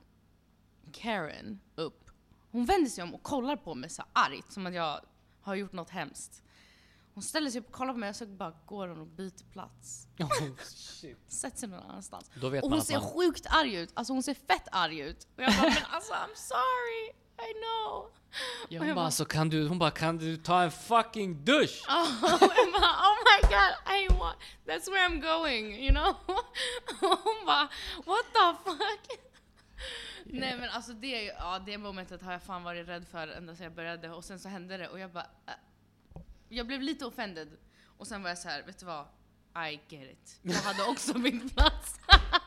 Karen, upp. Hon vänder sig om och kollar på mig så argt, som att jag har gjort något hemskt. Hon ställer sig upp och kollar på mig och så bara går hon och byter plats. Oh, shit. Sätter sig någon annanstans. Då vet Och man hon att ser man... sjukt arg ut. Alltså hon ser fett arg ut. Och jag bara, men alltså I'm sorry. I know. Ja, och hon jag bara, bara- så kan du, hon bara, kan du ta en fucking dusch? Oh, jag bara, oh my god, I want, that's where I'm going, you know? Hon bara, what the fuck? Nej men alltså det, ja, det momentet har jag fan varit rädd för ända sedan jag började. Och sen så hände det och jag bara... Äh, jag blev lite offended. Och sen var jag så här, vet du vad? I get it. Jag hade också min plats.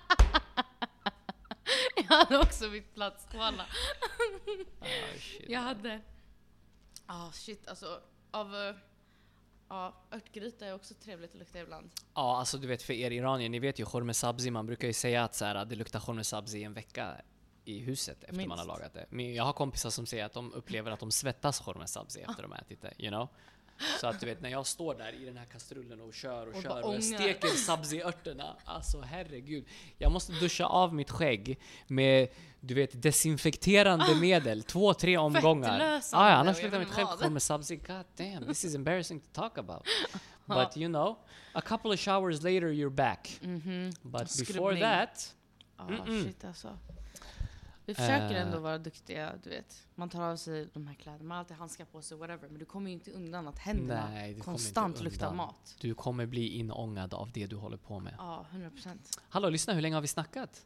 Jag hade också min plats. Voilà. Oh, shit. Jag hade... Ja, oh, shit. Alltså, av... Uh, ja, örtgryta är också trevligt att lukta ibland. Ja, alltså du vet, för er iranier, ni vet ju khorme sabzi, man brukar ju säga att så här, det luktar khorme sabzi i en vecka i huset efter Minst. man har lagat det. Men jag har kompisar som säger att de upplever att de svettas khorme sabzi efter de har ätit det, you know? Så att du vet, när jag står där i den här kastrullen och kör och, Och kör bara och jag ångar. steker sabzi-örterna, alltså herregud. Jag måste duscha av mitt skägg med, du vet, desinfekterande medel, två, tre omgångar. Fettlösande, Ah, ja, annars jag luktar vet mitt skägg vad. khorme sabzi. God damn, this is embarrassing to talk about. But you know, a couple of showers later you're back. Mhm. But Skrubbning. before that, Ja, Mm-mm. shit alltså. Vi försöker Eh. ändå vara duktiga, du vet. Man tar av sig de här kläderna, man har alltid handskar på sig, whatever. Men du kommer ju inte undan att händerna nej, du kommer konstant inte luktar undan. mat. Du kommer bli inångad av det du håller på med. Ja, hundra procent. Hallå, lyssna, hur länge har vi snackat?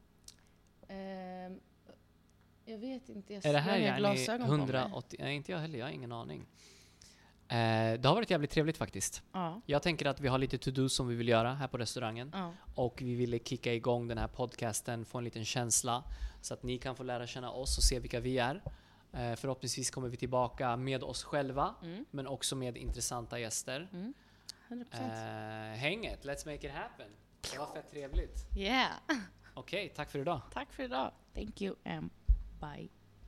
Ehm, jag vet inte, jag Är det här jag har yani glasögon på mig. hundraåttio? Nej, inte jag heller, jag har ingen aning. Eh, det har varit jävligt trevligt faktiskt. Ja, Jag tänker att vi har lite to-do som vi vill göra här på restaurangen. ja. Och vi ville kicka igång den här podcasten, få en liten känsla. Så att ni kan få lära känna oss och se vilka vi är. Eh, förhoppningsvis kommer vi tillbaka med oss själva. Mm. Men också med intressanta gäster. Mm. hundra procent. Eh, häng it, let's make it happen. Det var fett trevligt. Yeah. Okej, tack för idag. Tack för idag. Thank you and bye.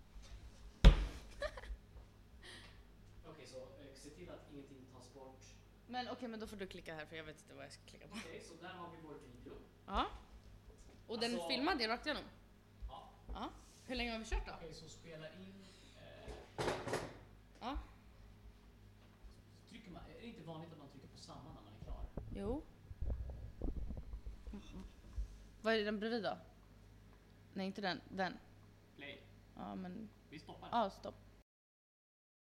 Okej, så se till att ingenting tas bort. Men okej, men då får du klicka här för jag vet inte vad jag ska klicka på. Okej, så där har vi vår video. Ja. Och den Alltså- filmade rakt igenom? Ja. Ja. Hur länge har vi kört då? Okej, så spela in. Eh, Ja. trycker man, är det inte vanligt att man trycker på samma när man är klar? Jo. Vad är den bredvid då? Nej, inte den. Den. Play. Ja, men... Vi stoppar. Ja, stopp.